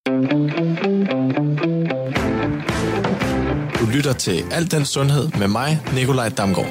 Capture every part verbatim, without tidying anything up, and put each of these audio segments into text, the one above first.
Du lytter til Al den Sundhed med mig, Nikolaj Damgaard.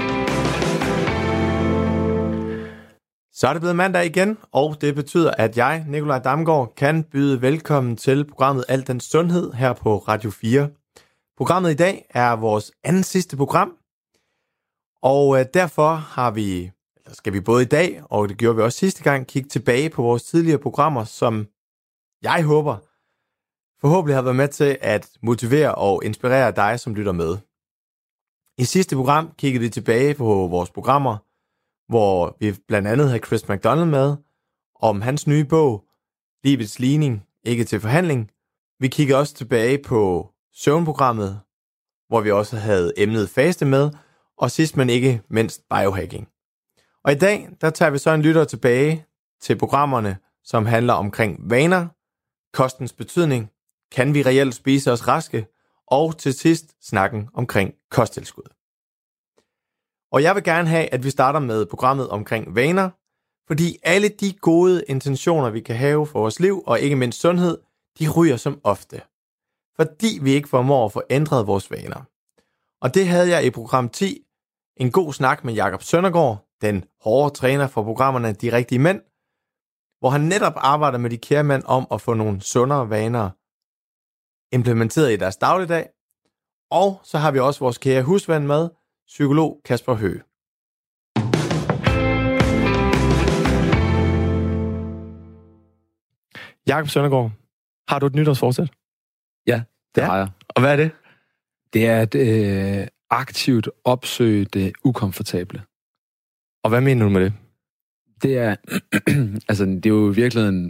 Så er det blevet mandag igen, og det betyder, at jeg, Nikolaj Damgaard, kan byde velkommen til programmet Al den Sundhed her på Radio fire. Programmet i dag er vores anden sidste program, og derfor har vi, eller skal vi både i dag, og det gjorde vi også sidste gang, kigge tilbage på vores tidligere programmer, som jeg håber forhåbentlig har været med til at motivere og inspirere dig, som lytter med. I sidste program kiggede vi tilbage på vores programmer, hvor vi blandt andet havde Chris McDonald med, om hans nye bog, Livets ligning, ikke til forhandling. Vi kiggede også tilbage på søvnprogrammet, hvor vi også havde emnet faste med, og sidst men ikke mindst biohacking. Og i dag, der tager vi så en lytter tilbage til programmerne, som handler omkring vaner, kostens betydning, kan vi reelt spise os raske, og til sidst snakken omkring kosttilskud. Og jeg vil gerne have, at vi starter med programmet omkring vaner, fordi alle de gode intentioner, vi kan have for vores liv, og ikke mindst sundhed, de ryger som ofte. Fordi vi ikke formår at få ændret vores vaner. Og det havde jeg i program ti, en god snak med Jakob Søndergaard, den hårde træner for programmerne De Rigtige Mænd, hvor han netop arbejder med de kære mænd om at få nogle sundere vaner implementeret i deres dagligdag. Og så har vi også vores kære husven med, psykolog Kasper Høgh. Jakob Søndergaard, har du et nytårsforsæt? Ja, det ja. har jeg. Og hvad er det? Det er at øh, aktivt opsøge det ukomfortable. Og hvad mener du med det? Det er, altså det er jo virkelig en,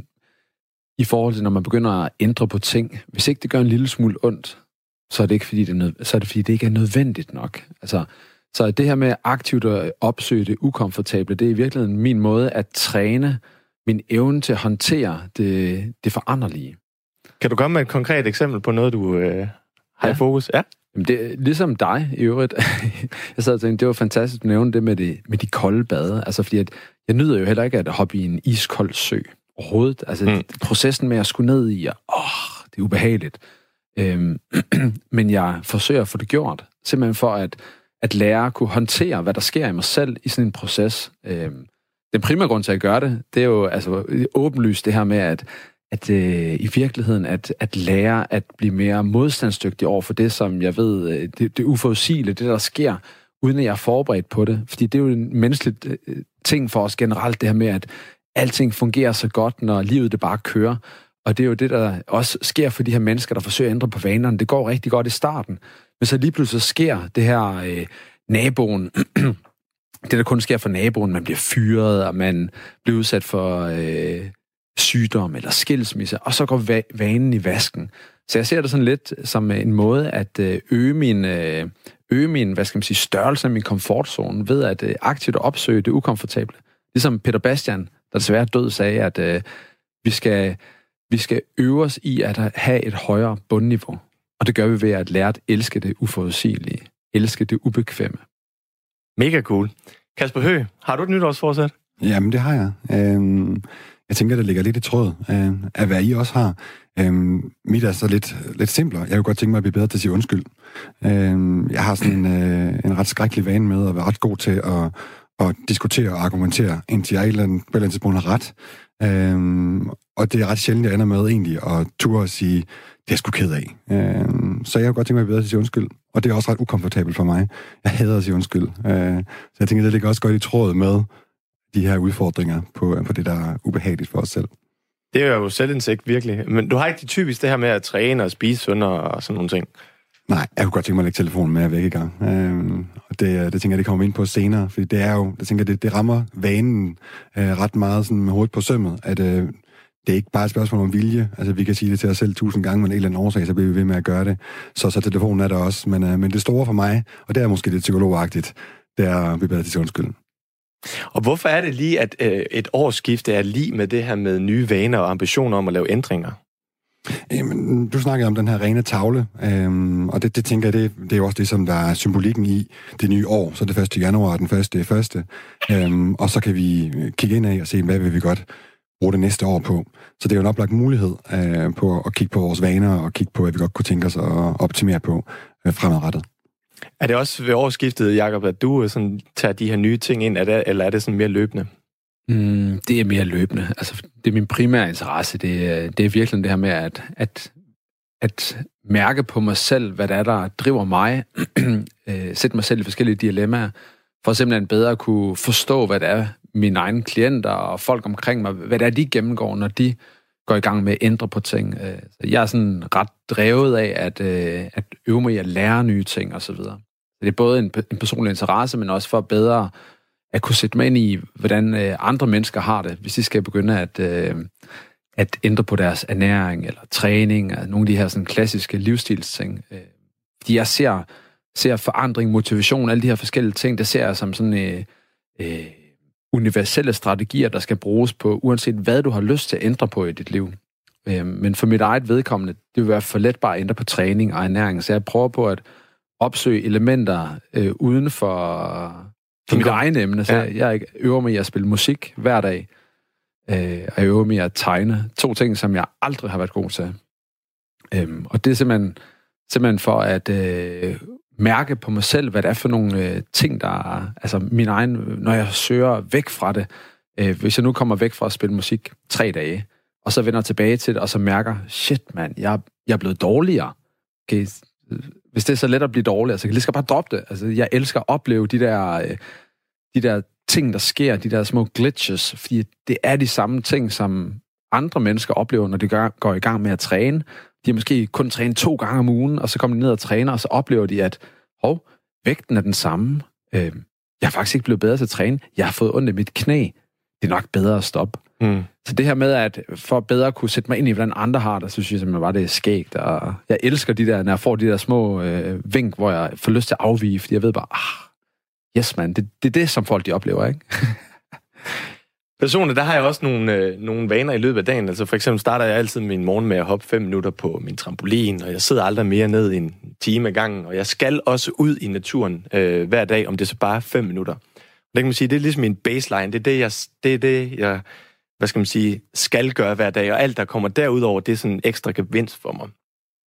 i forhold til, når man begynder at ændre på ting. Hvis ikke det gør en lille smule ondt, så er det ikke fordi det er, nød, så er det fordi det ikke er nødvendigt nok. Altså, så det her med aktivt at opsøge det ukomfortable, det er i virkeligheden min måde at træne min evne til at håndtere det, det foranderlige. Kan du komme med et konkret eksempel på noget, du øh, har ja. i fokus? Ja. Jamen det er ligesom dig i øvrigt. Jeg sad og tænkte, det var fantastisk at nævne det med, det med de kolde bade. Altså fordi at jeg nyder jo heller ikke at hoppe i en iskold sø overhovedet. Altså mm. processen med at skulle ned i, og åh, det er ubehageligt. Øhm, men jeg forsøger at få det gjort, simpelthen for at, at lære at kunne håndtere, hvad der sker i mig selv i sådan en proces. Øhm, den primære grund til at gøre det, det er jo altså åbenlyst det her med, at, at øh, i virkeligheden at, at lære at blive mere modstandsdygtig over for det, som jeg ved, det, det uforudsigelige, det der sker, uden at jeg er forberedt på det. Fordi det er jo en menneskelig øh, ting for os generelt, det her med, at alting fungerer så godt, når livet det bare kører. Og det er jo det, der også sker for de her mennesker, der forsøger at ændre på vanerne. Det går rigtig godt i starten. Men så lige pludselig sker det her øh, naboen, det der kun sker for naboen, man bliver fyret, og man bliver udsat for øh, sygdom eller skilsmisse, og så går va- vanen i vasken. Så jeg ser det sådan lidt som en måde at øh, øge min, øh, øge min, hvad skal man sige, størrelse af min komfortzone, ved at øh, aktivt opsøge det ukomfortable. Ligesom Peter Bastian, der desværre død, sagde, at øh, vi skal... Vi skal øve os i at have et højere bundniveau. Og det gør vi ved at lære at elske det uforudsigelige. Elske det ubekvemme. Mega cool. Kasper Høgh, har du et nytårsforsæt? Jamen, det har jeg. Øhm, jeg tænker, det ligger lidt i tråd øh, af, hvad I også har. Øhm, mit er så lidt, lidt simplere. Jeg kunne godt tænke mig at blive bedre til at sige undskyld. Øhm, jeg har sådan en, øh, en ret skrækkelig vane med at være ret god til at, at diskutere og argumentere, indtil jeg på et eller andet tidspunkt har ret. Øhm, og det er ret sjældent, jeg ender med egentlig at turde at sige, det er jeg sgu ked af. Øhm, så jeg kunne godt tænke mig at bedre til at sige undskyld. Og det er også ret ukomfortabelt for mig. Jeg hader at sige undskyld. Øh, så jeg tænker, det ligger også godt i tråd med de her udfordringer på, på det, der er ubehageligt for os selv. Det er jo selvindsigt, virkelig. Men du har ikke det typisk det her med at træne og spise sundere og sådan nogle ting? Nej, jeg kunne godt tænke mig at lægge telefonen med væk i gang. Øhm, og det, det tænker jeg, det kommer ind på senere. Fordi det er jo, det tænker jeg, det, det rammer vanen øh, ret meget sådan med hovedet på sømmet, at øh, det er ikke bare et spørgsmål om vilje. Altså, vi kan sige det til os selv tusind gange, men en eller anden årsag, så bliver vi ved med at gøre det. Så, så telefonen er der også. Men, øh, men det store for mig, og det er måske lidt psykologagtigt, det er at blive bedre til undskyld. Og hvorfor er det lige, at øh, et årsskifte er lige med det her med nye vaner og ambitioner om at lave ændringer? Jamen, du snakker om den her rene tavle, øhm, og det, det tænker jeg, det, det er jo også det, som der er symbolikken i det nye år. Så det første januar og den første første. Øhm, og så kan vi kigge ind af og se, hvad vil vi godt bruge det næste år på. Så det er jo en oplagt mulighed øh, på at kigge på vores vaner og kigge på, hvad vi godt kunne tænke os at optimere på øh, fremadrettet. Er det også ved årsskiftet, Jacob, at du sådan tager de her nye ting ind, er det, eller er det sådan mere løbende? Mm, det er mere løbende. Altså, det er min primære interesse. Det er, det er virkelig det her med at, at, at mærke på mig selv, hvad det er, der driver mig. Sætte mig selv i forskellige dilemmaer, for simpelthen bedre at kunne forstå, hvad det er, mine egne klienter og folk omkring mig, hvad det er, de gennemgår, når de går i gang med at ændre på ting. Så jeg er sådan ret drevet af at, at øve mig i at lære nye ting og så videre. Så det er både en, en personlig interesse, men også for bedre at kunne sætte mig ind i, hvordan andre mennesker har det, hvis de skal begynde at, at ændre på deres ernæring eller træning, og nogle af de her sådan klassiske livsstilsting. Fordi jeg ser, ser forandring, motivation, alle de her forskellige ting, det ser jeg som sådan øh, øh, universelle strategier, der skal bruges på, uanset hvad du har lyst til at ændre på i dit liv. Øh, men for mit eget vedkommende, det vil være for let bare at ændre på træning og ernæring, så jeg prøver på at opsøge elementer øh, uden for, for mit eget emne. Så ja. Jeg øver mig i at spille musik hver dag, øh, og jeg øver mig i at tegne. To ting, som jeg aldrig har været god til. Øh, og det er simpelthen, simpelthen for at øh, mærke på mig selv, hvad det er for nogle øh, ting, der er, altså min egen, når jeg søger væk fra det, øh, hvis jeg nu kommer væk fra at spille musik tre dage, og så vender tilbage til det, og så mærker, shit mand, jeg, jeg er blevet dårligere. Okay, hvis det er så let at blive dårligere, så kan jeg lige skal bare droppe det. Altså, jeg elsker at opleve de der, øh, de der ting, der sker, de der små glitches, fordi det er de samme ting, som andre mennesker oplever, når de gør, går i gang med at træne. De har måske kun trænet to gange om ugen, og så kommer de ned og træner, og så oplever de, at hov, vægten er den samme. Øh, jeg har faktisk ikke blevet bedre til at træne. Jeg har fået ondt i mit knæ. Det er nok bedre at stoppe. Mm. Så det her med, at for bedre at kunne sætte mig ind i, hvordan andre har det, så synes jeg simpelthen bare, det er skægt. Og jeg elsker de der, når jeg får de der små øh, vink, hvor jeg får lyst til at afvige, fordi jeg ved bare, ah, yes man, det, det er det, som folk de oplever, ikke? Personligt, der har jeg også nogle, øh, nogle vaner i løbet af dagen. Altså for eksempel starter jeg altid min morgen med at hoppe fem minutter på min trampolin, og jeg sidder aldrig mere ned i en time ad gangen, og jeg skal også ud i naturen øh, hver dag, om det så bare er fem minutter. Det kan man sige, det er ligesom min baseline, det er det, jeg, det er det, jeg hvad skal man sige, skal gøre hver dag, og alt, der kommer derudover, det er sådan en ekstra gevinst for mig.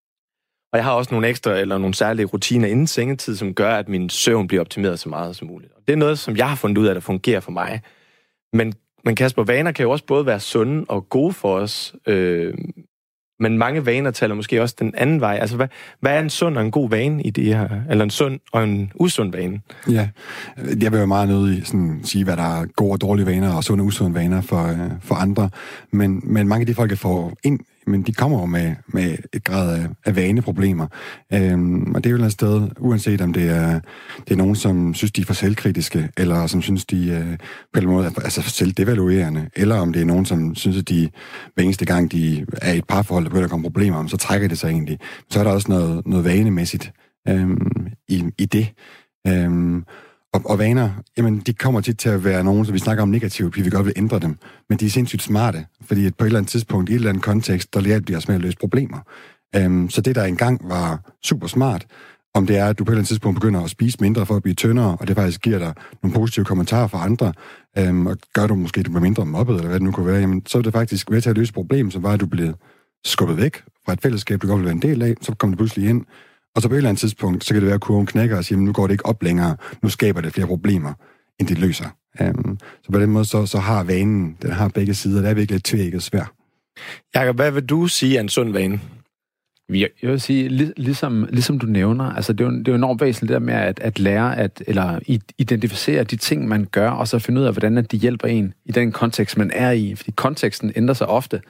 Og jeg har også nogle ekstra, eller nogle særlige rutiner inden sengetid, som gør, at min søvn bliver optimeret så meget som muligt. Og det er noget, som jeg har fundet ud af, der fungerer for mig. Men Men Kasper, vaner kan jo også både være sunde og gode for os, øh, men mange vaner taler måske også den anden vej. Altså, hvad, hvad er en sund og en god vane i det her? Eller en sund og en usund vane? Ja, jeg vil jo meget nødig sådan sige, hvad der er gode og dårlige vaner og sunde og usunde vaner for, for andre. Men, men mange af de folk, jeg får ind, men de kommer jo med, med et grad af, af vaneproblemer. Øhm, og det er jo et sted, uanset om det er, det er nogen, som synes, de er for selvkritiske, eller som synes, de øh, på en måde er altså selvdevaluerende, eller om det er nogen, som synes, at de hver eneste gang, de er i et parforhold, der begynder at komme problemer om, så trækker det sig egentlig. Så er der også noget, noget vanemæssigt øhm, i, i det. Øhm, Og, og vaner, jamen, de kommer tit til at være nogen, som vi snakker om negativt, fordi vi godt vil ændre dem. Men de er sindssygt smarte, fordi på et eller andet tidspunkt, i et eller andet kontekst, der hjælper de os med at løse problemer. Um, så det, der engang var super smart, om det er, at du på et eller andet tidspunkt begynder at spise mindre for at blive tyndere, og det faktisk giver dig nogle positive kommentarer fra andre, um, og gør du måske, at du bliver mindre mobbet, eller hvad det nu kunne være, jamen, så er det faktisk ved til at løse problemet, som var, at du blev skubbet væk fra et fællesskab, du godt ville være en del af, så kom du pludselig ind. Og så på et eller andet tidspunkt, så kan det være, at kurven knækker og siger, nu går det ikke op længere, nu skaber det flere problemer, end det løser. Um, så på den måde, så, så har vanen, den har begge sider, det er virkelig et tvækket svær. Jakob, hvad vil du sige er en sund vane? Jeg vil sige, lig, ligesom, ligesom du nævner, altså det er jo, det er jo enormt væsentligt det der med at, at lære, at, eller identificere de ting, man gør, og så finde ud af, hvordan de hjælper en i den kontekst, man er i. Fordi konteksten ændrer sig ofte.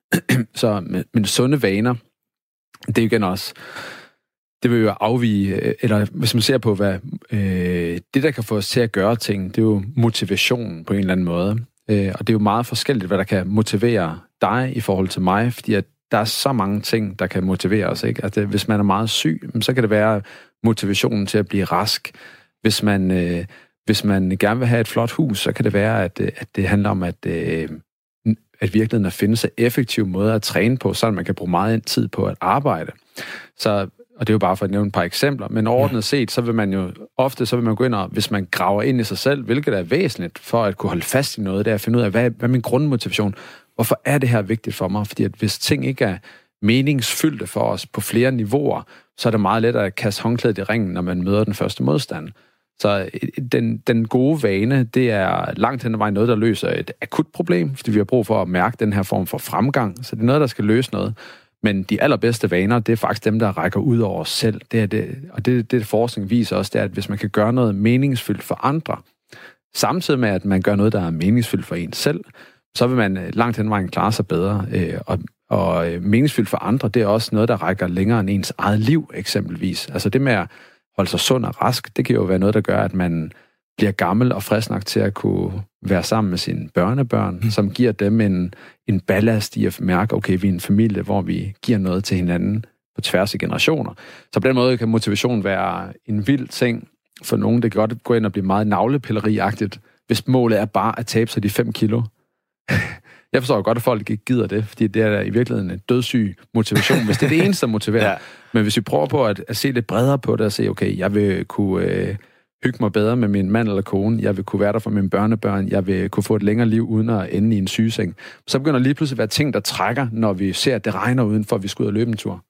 Så med, med sunde vaner, det er jo igen også... Det vil jo afvige, eller hvis man ser på, hvad øh, det, der kan få os til at gøre ting, det er jo motivation på en eller anden måde. Øh, og det er jo meget forskelligt, hvad der kan motivere dig i forhold til mig, fordi at der er så mange ting, der kan motivere os. Ikke? At, øh, hvis man er meget syg, så kan det være motivationen til at blive rask. Hvis man, øh, hvis man gerne vil have et flot hus, så kan det være, at, at det handler om, at, øh, at virkeligheden at finde sig effektive måder at træne på, så man kan bruge meget tid på at arbejde. Så og det er jo bare for at nævne et par eksempler, men overordnet set, så vil man jo ofte, så vil man gå ind og, hvis man graver ind i sig selv, hvilket er væsentligt for at kunne holde fast i noget, det er at finde ud af, hvad, hvad er min grundmotivation? Hvorfor er det her vigtigt for mig? Fordi at hvis ting ikke er meningsfyldte for os på flere niveauer, så er det meget let at kaste håndklædet i ringen, når man møder den første modstand. Så den, den gode vane, det er langt hen ad vejen noget, der løser et akut problem, fordi vi har brug for at mærke den her form for fremgang. Så det er noget, der skal løse noget. Men de allerbedste vaner, det er faktisk dem, der rækker ud over os selv. Det er det, og det, det forskning viser også, det er, at hvis man kan gøre noget meningsfyldt for andre, samtidig med, at man gør noget, der er meningsfyldt for en selv, så vil man langt hen ad vejen klare sig bedre. Og, og meningsfyldt for andre, det er også noget, der rækker længere end ens eget liv, eksempelvis. Altså det med at holde sig sund og rask, det kan jo være noget, der gør, at man bliver gammel og frisk nok til at kunne være sammen med sine børnebørn, mm. som giver dem en, en ballast i at mærke, okay, vi er en familie, hvor vi giver noget til hinanden på tværs af generationer. Så på den måde kan motivation være en vild ting for nogen. Det kan godt gå ind og blive meget navlepilleriagtigt, hvis målet er bare at tabe sig de fem kilo. Jeg forstår godt, at folk ikke gider det, fordi det er i virkeligheden en dødssyg motivation, hvis det er det eneste, der motiverer. Ja. Men hvis vi prøver på at, at se lidt bredere på det og se, okay, jeg vil kunne øh, hygge mig bedre med min mand eller kone, jeg vil kunne være der for mine børnebørn, jeg vil kunne få et længere liv uden at ende i en sygeseng, så begynder lige pludselig at være ting, der trækker, når vi ser, at det regner udenfor, at vi skal ud og løbe en tur.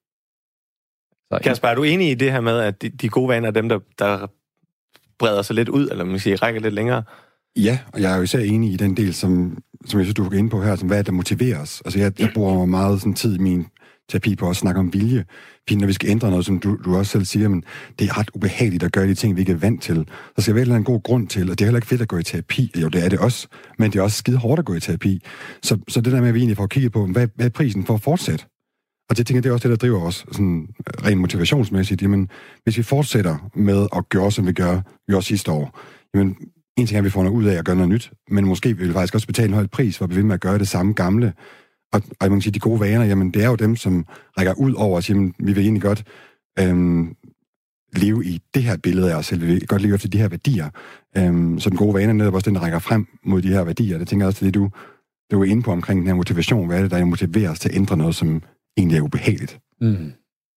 Så, Kasper, er du enig i det her med, at de, de gode vaner er dem, der, der breder sig lidt ud, eller man siger, rækker lidt længere? Ja, og jeg er jo især enig i den del, som, som jeg synes, du får ind på her, som hvad er det, der motiverer os. Altså, jeg, jeg bruger meget sådan tid i min terapi på at snakke om vilje. Fordi når vi skal ændre noget, som du, du også selv siger, men det er ret ubehageligt at gøre de ting, vi ikke er vant til. Så skal der være en god grund til, og det er heller ikke fedt at gå i terapi. Jo, det er det også, men det er også skide hårdt at gå i terapi. Så, så det der med, at vi egentlig får kigget på, hvad, hvad er prisen for at fortsætte? Og det tænker jeg, det er også det, der driver os sådan rent motivationsmæssigt. Jamen, hvis vi fortsætter med at gøre, som vi gør, gjorde sidste år, jamen, en ting er, at vi får noget ud af at gøre noget nyt, men måske vil vi faktisk også betale en høj pris for at blive ved med at gøre det samme gamle. Og, og man kan sige, de gode vaner, jamen det er jo dem, som rækker ud over at sige, jamen, vi vil egentlig godt øhm, leve i det her billede af os selv, vi vil godt leve efter de her værdier. Øhm, så den gode vane er netop også den, der rækker frem mod de her værdier. Det tænker jeg også, det du, du er inde på omkring den her motivation. Hvad er det, der motiverer os til at ændre noget, som egentlig er ubehageligt? Mm.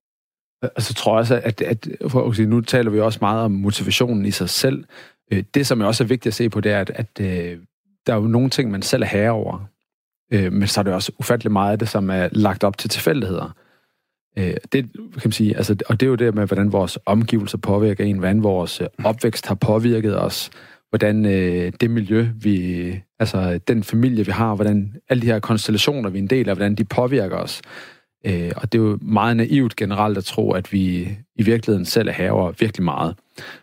Og så tror jeg også, at, at for, nu taler vi også meget om motivationen i sig selv. Det, som er også er vigtigt at se på, det er, at, at øh, der er jo nogle ting, man selv er herre over. Øh, men så er det også ufattelig meget af det, som er lagt op til tilfældigheder. Øh, det kan man sige, altså, og det er jo det med, hvordan vores omgivelser påvirker en, hvordan vores opvækst har påvirket os, hvordan øh, det miljø, vi, altså den familie, vi har, hvordan alle de her konstellationer, vi er en del af, hvordan de påvirker os. Øh, og det er jo meget naivt generelt at tro, at vi i virkeligheden selv er herre over virkelig meget.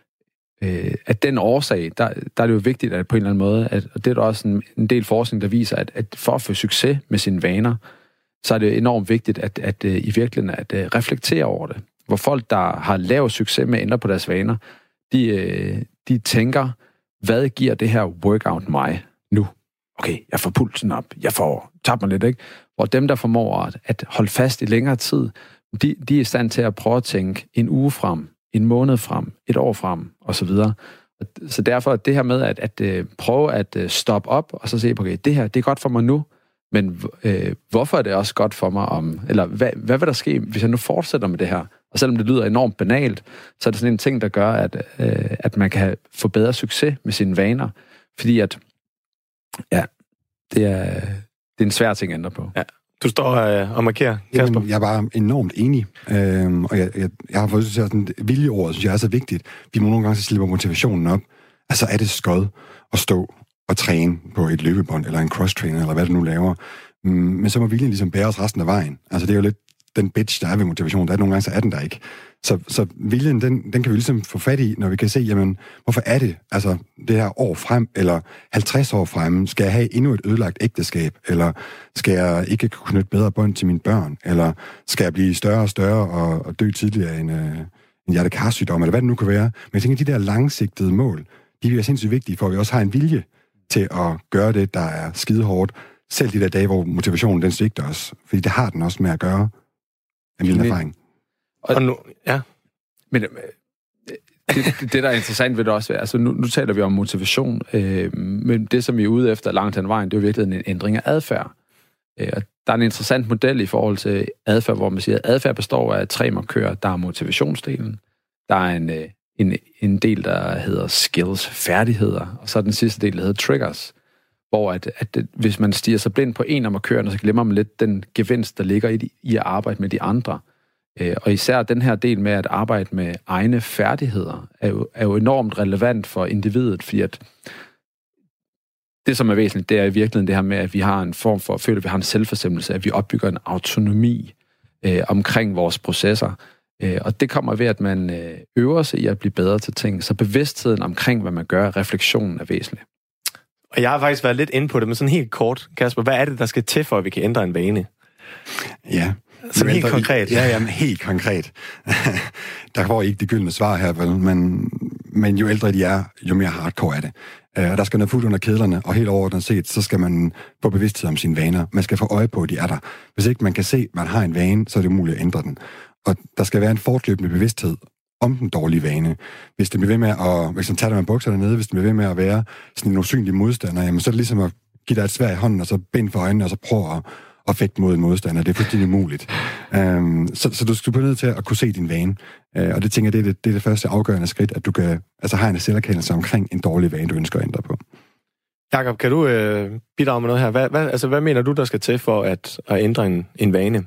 Øh, at den årsag, der, der er det jo vigtigt, at på en eller anden måde, at, og det er der også en, en del forskning, der viser, at, at for at få succes med sine vaner, så er det enormt vigtigt, at, at, at i virkeligheden at, at reflektere over det. Hvor folk, der har lavet succes med at ændre på deres vaner, de, de tænker, hvad giver det her workout mig nu? Okay, jeg får pulsen op, jeg får tabt mig lidt, ikke? Hvor dem, der formår at, at holde fast i længere tid, de, de er i stand til at prøve at tænke en uge frem, en måned frem, et år frem, og så videre. Så derfor det her med at, at, at prøve at stoppe op, og så se, okay, det her, det er godt for mig nu, men øh, hvorfor er det også godt for mig om, eller hvad, hvad vil der ske, hvis jeg nu fortsætter med det her? Og selvom det lyder enormt banalt, så er det sådan en ting, der gør, at, øh, at man kan få bedre succes med sine vaner. Fordi at, ja, det er, det er en svær ting at ændre på. Ja. Du står øh, og markerer, Kasper. Jamen, jeg er bare enormt enig. Øhm, og jeg, jeg, jeg har fået til at sådan, viljeordet, synes jeg er så vigtigt. Vi må nogle gange så slipper motivationen op. Altså er det skod at stå og træne på et løbebånd, eller en cross-trainer, eller hvad du nu laver. Mm, men så må viljen ligesom bære os resten af vejen. Altså det er jo lidt den bitch, der er ved motivation. Der er nogle gange, så er den der ikke. Så, så viljen, den, den kan vi ligesom få fat i, når vi kan se, jamen, hvorfor er det, altså det her år frem, eller halvtreds år frem, skal jeg have endnu et ødelagt ægteskab, eller skal jeg ikke kunne knytte bedre bånd til mine børn, eller skal jeg blive større og større og, og dø tidligere af en, øh, en hjertekarsygdom, eller hvad det nu kan være. Men jeg tænker, de der langsigtede mål, de bliver sindssygt vigtige, for at vi også har en vilje til at gøre det, der er skide hårdt, selv de der dage, hvor motivationen den svigter os, fordi det har den også med at gøre, af min erfaring. Og, og nu, ja. Men det, det, det, der er interessant ved det også, altså nu, nu taler vi om motivation, øh, men det, som vi er ude efter langt hen vejen, det er jo virkelig en ændring af adfærd. Øh, og der er en interessant model i forhold til adfærd, hvor man siger, at adfærd består af tre markører. Der er motivationsdelen, der er en, en, en del, der hedder skills, færdigheder, og så er den sidste del, der hedder triggers. hvor at, at hvis man stiger sig blind på en af markørerne, så glemmer man lidt den gevinst, der ligger i, i at arbejde med de andre. Og især den her del med at arbejde med egne færdigheder, er jo, er jo enormt relevant for individet, fordi at det, som er væsentligt, det er i virkeligheden det her med, at vi har en form for, føler, at vi har en selvforsættelse, at vi opbygger en autonomi øh, omkring vores processer. Øh, og det kommer ved, at man øh, øver sig i at blive bedre til ting. Så bevidstheden omkring, hvad man gør, refleksionen er væsentlig. Og jeg har faktisk været lidt inde på det, men sådan helt kort, Kasper, hvad er det, der skal til, for at vi kan ændre en vane? Ja. Så helt ældre, konkret? Ja, jamen, helt konkret. Der får ikke de gyldne svar her, vel? Men, men jo ældre de er, jo mere hardcore er det. Og der skal noget fuldt under kedlerne, og helt overordnet set, så skal man få bevidsthed om sine vaner. Man skal få øje på, at de er der. Hvis ikke man kan se, at man har en vane, så er det umuligt at ændre den. Og der skal være en fortløbende bevidsthed om den dårlige vane. Hvis det bliver ved med at, hvis man tager med bukserne nede, hvis det bliver ved med at være sådan en usynlig modstander, jamen, så er det ligesom at give dig et sværd i hånden, og så bind for øjnene, og så prøve at, at fægte mod en modstander. Det er fuldstændig umuligt. Um, så, så du skal blive nødt til at kunne se din vane. Uh, og det tænker jeg, det er det, det er det første afgørende skridt, at du kan altså have en selverkendelse omkring en dårlig vane, du ønsker at ændre på. Jakob, kan du øh, bidrage med noget her? Hvad, hvad, altså, hvad mener du, der skal til for at, at ændre en, en vane?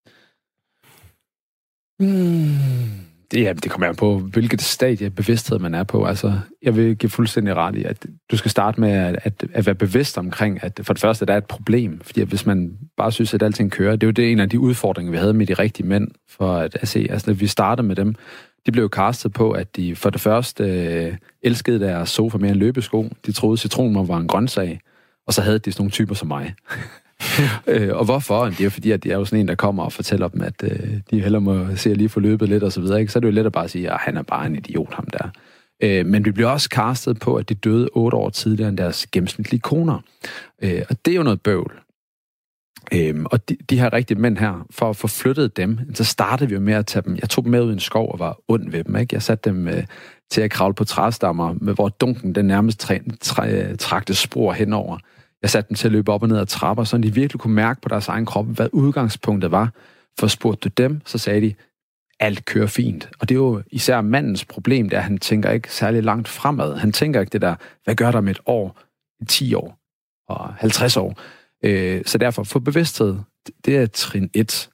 Mm. Det, ja, det kommer an på, hvilket stadie af bevidsthed man er på. Altså, jeg vil give fuldstændig ret i, at du skal starte med at, at, at være bevidst omkring, at for det første, at der er et problem. Fordi hvis man bare synes, at alting kører, det er jo det en af de udfordringer, vi havde med de rigtige mænd, for at, at se, altså, når vi startede med dem, de blev jo castet på, at de for det første øh, elskede deres sofa mere end løbesko. De troede, citronen var en grøntsag, og så havde de sådan nogle typer som mig. øh, og hvorfor? Det er jo fordi, at det er jo sådan en, der kommer og fortæller dem, at øh, de hellere må se at lige få løbet lidt og så videre. Ikke? Så er det jo let at bare sige, at han er bare en idiot, ham der. Øh, men vi bliver også castet på, at de døde otte år tidligere end deres gennemsnitlige koner. Øh, og det er jo noget bøvl. Øh, og de, de her rigtige mænd her, for at få flyttet dem, så startede vi jo med at tage dem. Jeg tog dem med ud i en skov og var ond ved dem. Ikke? Jeg satte dem øh, til at kravle på træstammer, med, hvor dunken den nærmest træ, træ, trakte spor henover. Jeg satte dem til at løbe op og ned ad trapper, så de virkelig kunne mærke på deres egen krop, hvad udgangspunktet var. For spurgte du dem, så sagde de, alt kører fint. Og det er jo især mandens problem, det er, at han tænker ikke særlig langt fremad. Han tænker ikke det der, hvad gør der med et år, ti år og halvtreds år. Øh, så derfor, få bevidsthed, det er trin et.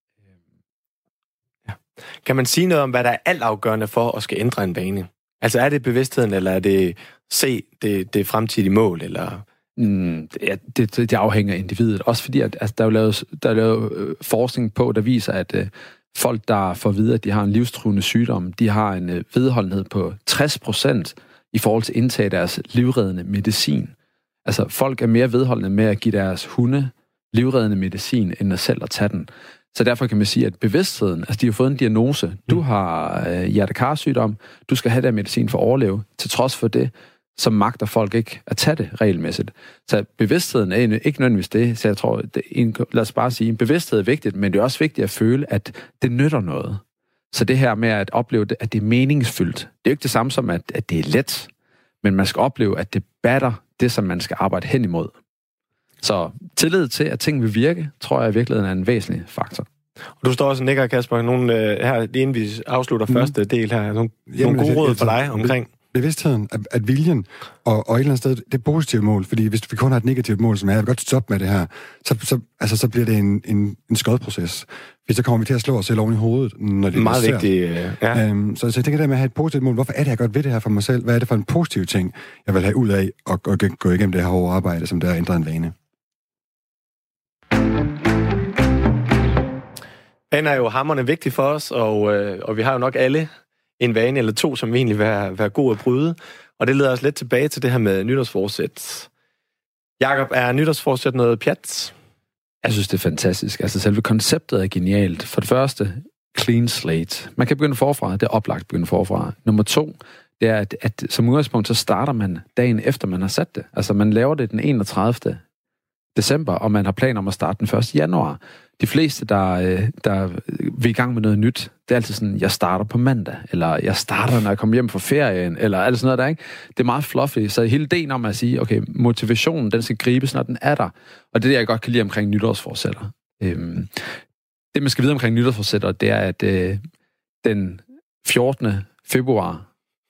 Ja. Kan man sige noget om, hvad der er altafgørende for at skal ændre en vane? Altså er det bevidstheden, eller er det se det, det fremtidige mål, eller... Mm, det, det, det afhænger af individet. Også fordi, at altså, der er jo lavet, der er lavet øh, forskning på, der viser, at øh, folk, der får at vide, at de har en livstruende sygdom, de har en øh, vedholdenhed på tres procent i forhold til indtag af deres livreddende medicin. Altså, folk er mere vedholdende med at give deres hunde livreddende medicin, end at selv at tage den. Så derfor kan man sige, at bevidstheden, altså de har fået en diagnose. Du har øh, hjertekarsygdom, du skal have der medicin for at overleve. Til trods for det, så magter folk ikke at tage det regelmæssigt. Så bevidstheden er ikke nødvendigvis det. Så jeg tror, det en, lad os bare sige, bevidsthed er vigtigt, men det er også vigtigt at føle, at det nytter noget. Så det her med at opleve, at det er meningsfyldt, det er jo ikke det samme som, at, at det er let, men man skal opleve, at det batter det, som man skal arbejde hen imod. Så tillid til, at ting vil virke, tror jeg i virkeligheden er en væsentlig faktor. Og du står også og nikker, Kasper, nogle, øh, her, lige inden vi afslutter mm. første del her, nogle, Jamen, nogle gode råd jeg, for dig omkring... Bevidstheden, at, at viljen, og, og et eller andet sted, det er positivt mål, fordi hvis vi kun har et negativt mål, som er, jeg vil godt stoppe med det her, så, så, altså, så bliver det en, en, en skodproces. Fordi så kommer vi til at slå os selv oven i hovedet, når det er meget vigtigt, ja. Øhm, så, så jeg tænker der med at have et positivt mål. Hvorfor er det, jeg godt ved det her for mig selv? Hvad er det for en positiv ting, jeg vil have ud af og, og gå igennem det her hårde arbejde, som der ændrer en vane? Vaner er jo hamrende vigtig for os, og, øh, og vi har jo nok alle en vane eller to, som vi egentlig vil være, være god at bryde. Og det leder os lidt tilbage til det her med nytårsforsæt. Jakob, er nytårsforsæt noget pjat? Jeg synes, det er fantastisk. Altså, selve konceptet er genialt. For det første, clean slate. Man kan begynde forfra. Det er oplagt at begynde forfra. Nummer to, det er, at, at som udgangspunkt, så starter man dagen efter, man har sat det. Altså, man laver det den enogtredivte december, og man har planer om at starte den første januar. De fleste, der, der vil i gang med noget nyt, det er altid sådan, jeg starter på mandag, eller jeg starter, når jeg kommer hjem fra ferien, eller alt sådan noget der, ikke? Det er meget fluffy, så hele ideen om at sige, okay, motivationen, den skal gribes, når den er der. Og det er det, jeg godt kan lide omkring nytårsforsætter. Øhm, det, man skal vide omkring nytårsforsætter, det er, at øh, den fjortende februar,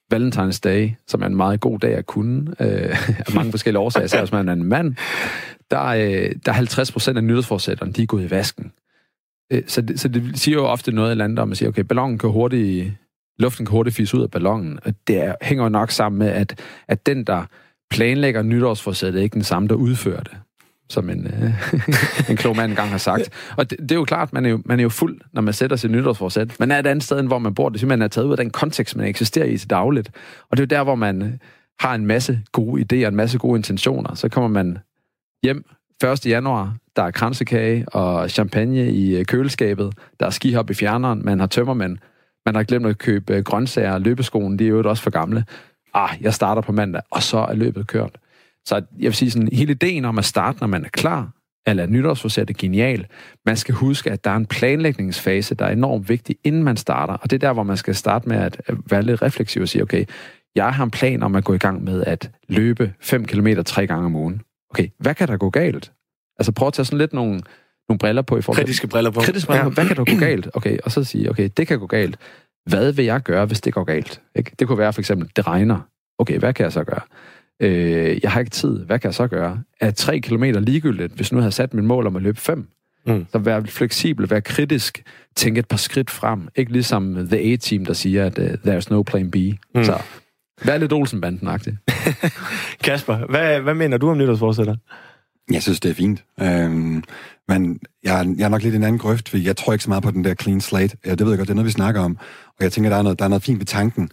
Valentine's Day, som er en meget god dag at kunne, øh, af mange forskellige årsager, især hvis man er en mand, der, øh, der er halvtreds procent af nytårsforsætterne, de er gået i vasken. Øh, så, det, så det siger jo ofte noget i landet om at sige, okay, ballonen kan hurtigt, luften kan hurtigt fise ud af ballonen, og det er, hænger jo nok sammen med, at, at den, der planlægger nytårsforsættet, er ikke den samme, der udfører det, som en, øh, en klog mand engang har sagt. Og det, det er jo klart, man er jo, man er jo fuld, når man sætter sit nytårsforsæt. Man er et andet sted, end hvor man bor. Det er simpelthen er taget ud af den kontekst, man eksisterer i til dagligt. Og det er jo der, hvor man har en masse gode idéer, en masse gode intentioner. Så kommer man hjem første januar, der er kransekage og champagne i køleskabet, der er skihop i fjerneren, man har tømmermænd, man har glemt at købe grøntsager og løbeskoen, de er jo også for gamle. Ah, jeg starter på mandag, og så er løbet kørt. Så jeg vil sige sådan, hele ideen om at starte, når man er klar, eller nytårsforsæt er genial. Man skal huske, at der er en planlægningsfase, der er enormt vigtig, inden man starter. Og det er der, hvor man skal starte med at være lidt refleksiv og sige, okay, jeg har en plan om at gå i gang med at løbe fem kilometer tre gange om ugen. Okay, hvad kan der gå galt? Altså prøv at tage sådan lidt nogle, nogle briller på i forhold til... Kritiske briller på. Kritiske briller på. Hvad kan der gå galt? Okay, og så sige, okay, det kan gå galt. Hvad vil jeg gøre, hvis det går galt? Ikke? Det kunne være for eksempel, det regner. Okay, hvad kan jeg så gøre? Øh, jeg har ikke tid. Hvad kan jeg så gøre? Er tre kilometer ligegyldigt, hvis nu jeg havde sat mit mål om at løbe fem? Mm. Så vær fleksibel, vær kritisk, tænk et par skridt frem. Ikke ligesom The A-Team, der siger, at uh, there's no plan B. Mm. Så vær lidt Olsen-banden-agtig. Kasper, hvad, hvad mener du om nytårsforsætter? Jeg synes, det er fint. Øhm, men jeg, jeg er nok lidt i en anden grøft, for jeg tror ikke så meget på den der clean slate. Ja, det ved jeg godt, det er noget, vi snakker om. Og jeg tænker, der er noget, der er noget fint ved tanken.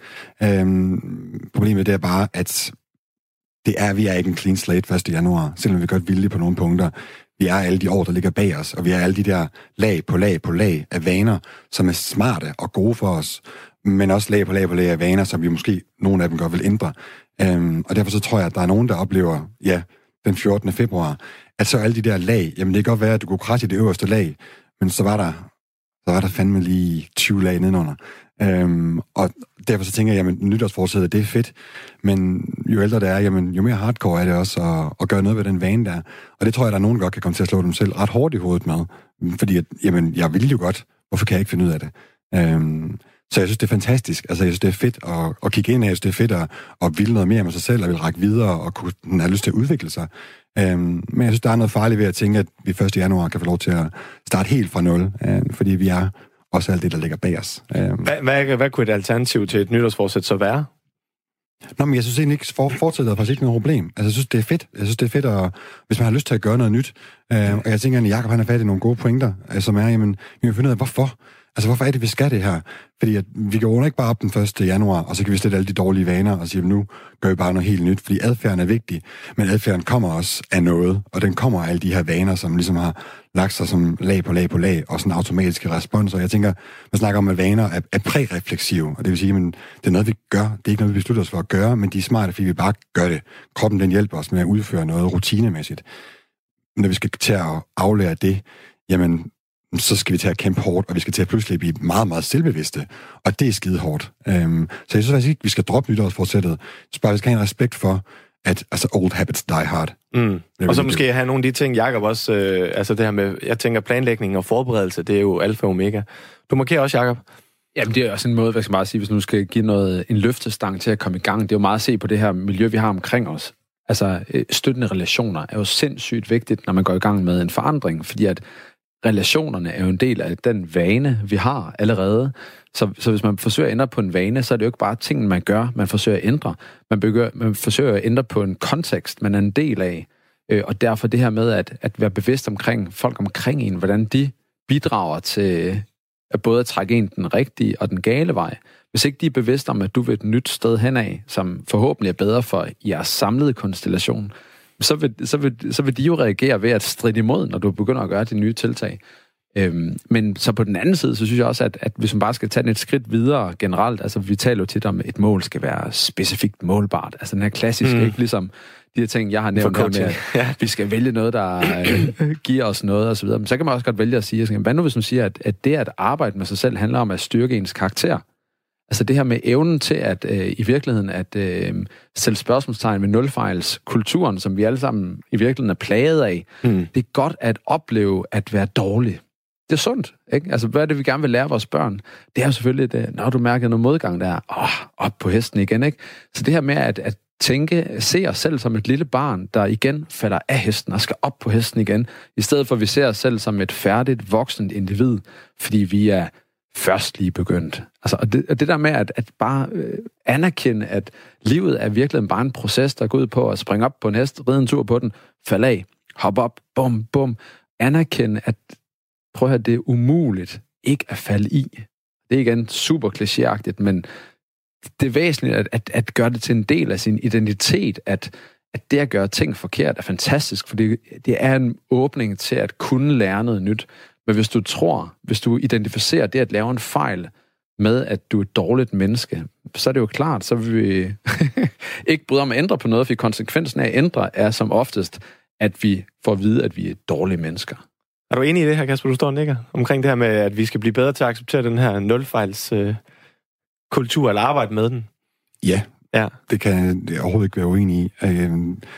Øhm, problemet det er bare, at det er, vi er ikke en clean slate første januar, selvom vi er godt vilje på nogle punkter. Vi er alle de år, der ligger bag os, og vi er alle de der lag på lag på lag af vaner, som er smarte og gode for os, men også lag på lag på lag af vaner, som vi måske, nogle af dem godt vil ændre. Øhm, og derfor så tror jeg, at der er nogen, der oplever, ja, den fjortende februar, at så alle de der lag, jamen det kan godt være, at du kunne krasse i det øverste lag, men så var der, så var der fandme lige tyve lag nedenunder. Øhm, og derfor så tænker jeg, jamen nytårsforsættet, det er fedt, men jo ældre det er, jamen jo mere hardcore er det også at, at gøre noget ved den vane der. Og det tror jeg, der er nogen, der godt kan komme til at slå dem selv ret hårdt i hovedet med, fordi at, jamen jeg vil jo godt, hvorfor kan jeg ikke finde ud af det? Øhm, så jeg synes, det er fantastisk. Altså jeg synes, det er fedt at, at kigge ind af, jeg synes, det er fedt at, at ville noget mere med sig selv, og vil række videre, og kunne have lyst til at udvikle sig. Øhm, men jeg synes, der er noget farligt ved at tænke, at vi første januar kan få lov til at starte helt fra nul, øhm, fordi vi er også alt det, der ligger bag os. Hvad, hvad, hvad kunne et alternativ til et nytårsforsæt så være? Nå, men jeg synes egentlig ikke, for, fortsætter faktisk ikke noget problem. Altså, jeg synes, det er fedt. Jeg synes, det er fedt, at, hvis man har lyst til at gøre noget nyt. Øh, og jeg tænker, at Jacob han har fat i nogle gode pointer, øh, som er, jamen, vi må finde ud af, hvorfor. Altså, hvorfor er det, vi skal det her? Fordi at vi kan ikke bare op den første januar, og så kan vi slette alle de dårlige vaner og sige, nu gør vi bare noget helt nyt, fordi adfærden er vigtig. Men adfærden kommer også af noget, og den kommer af alle de her vaner, som ligesom har lagt sig som lag på lag på lag, og sådan automatiske responser. Jeg tænker, man snakker om, at vaner er, er prærefleksive, og det vil sige, at det er noget, vi gør. Det er ikke noget, vi beslutter os for at gøre, men de er smarte, fordi vi bare gør det. Kroppen, den hjælper os med at udføre noget rutinemæssigt. Når vi skal til at aflære det, jamen, så skal vi til at kæmpe hårdt, og vi skal til at pludselig blive meget, meget selvbevidste. Og det er skide hårdt. Øhm, så jeg synes faktisk ikke, vi skal droppe nytårsforsættet. Så bare vi skal have en respekt for, at altså, old habits die hard. Mm. Og så måske have nogle af de ting, Jacob også, øh, altså det her med, jeg tænker planlægning og forberedelse, det er jo alfa og omega. Du markerer også, Jacob. Jamen, det er også en måde, hvad skal man bare sige, hvis nu skal give noget, en løftestang til at komme i gang. Det er jo meget at se på det her miljø, vi har omkring os. Altså, støttende relationer er jo sindssygt vigtigt, når man går i gang med en forandring, fordi at relationerne er jo en del af den vane, vi har allerede. Så, så hvis man forsøger at ændre på en vane, så er det jo ikke bare tingene, man gør, man forsøger at ændre. Man, begynder, man forsøger at ændre på en kontekst, man er en del af. Og derfor det her med at, at være bevidst omkring folk omkring en, hvordan de bidrager til at både at trække en den rigtige og den gale vej. Hvis ikke de er bevidste om, at du vil et nyt sted henad, som forhåbentlig er bedre for jeres samlede konstellation, så vil, så, vil, så vil de jo reagere ved at stride imod, når du begynder at gøre de nye tiltag. Øhm, men så på den anden side, så synes jeg også, at, at hvis man bare skal tage et skridt videre generelt, altså vi taler jo tit om, at et mål skal være specifikt målbart. Altså den her klassiske, mm. ikke ligesom de her ting, jeg har nævnt med, at ja. vi skal vælge noget, der øh, giver os noget og så videre. Men så kan man også godt vælge at sige, hvad nu hvis man siger, at, at det at arbejde med sig selv handler om at styrke ens karakter? Altså det her med evnen til at øh, i virkeligheden at øh, stille spørgsmålstegn med nulfejlskulturen, som vi alle sammen i virkeligheden er plaget af. Mm. Det er godt at opleve at være dårlig. det er sundt, ikke? Altså, hvad er det, vi gerne vil lære vores børn? Det er jo selvfølgelig, det, når du mærker noget modgang, der er, åh, op på hesten igen, ikke? Så det her med at, at tænke, se os selv som et lille barn, der igen falder af hesten og skal op på hesten igen, i stedet for at vi ser os selv som et færdigt, voksent individ, fordi vi er først lige begyndt. Altså, og det, og det der med at, at bare øh, anerkende, at livet er virkelig bare en proces, der går ud på at springe op på en hest, ride en tur på den, falde af, hoppe op, bum, bum, anerkende, at prøv at høre, det er umuligt ikke at falde i. Det er igen super klichéagtigt, men det er væsentligt at, at, at gøre det til en del af sin identitet, at, at det at gøre ting forkert er fantastisk, fordi det er en åbning til at kunne lære noget nyt. Men hvis du tror, hvis du identificerer det at lave en fejl med, at du er et dårligt menneske, så er det jo klart, så vil vi ikke bryde om at ændre på noget, for konsekvensen af at ændre er som oftest, at vi får at vide, at vi er dårlige mennesker. Er du enig i det her, Kasper, du står og nikker? Omkring det her med, at vi skal blive bedre til at acceptere den her nulfejls øh, kultur, eller arbejde med den? Ja, ja. Det kan jeg overhovedet ikke være uenig i. Øh,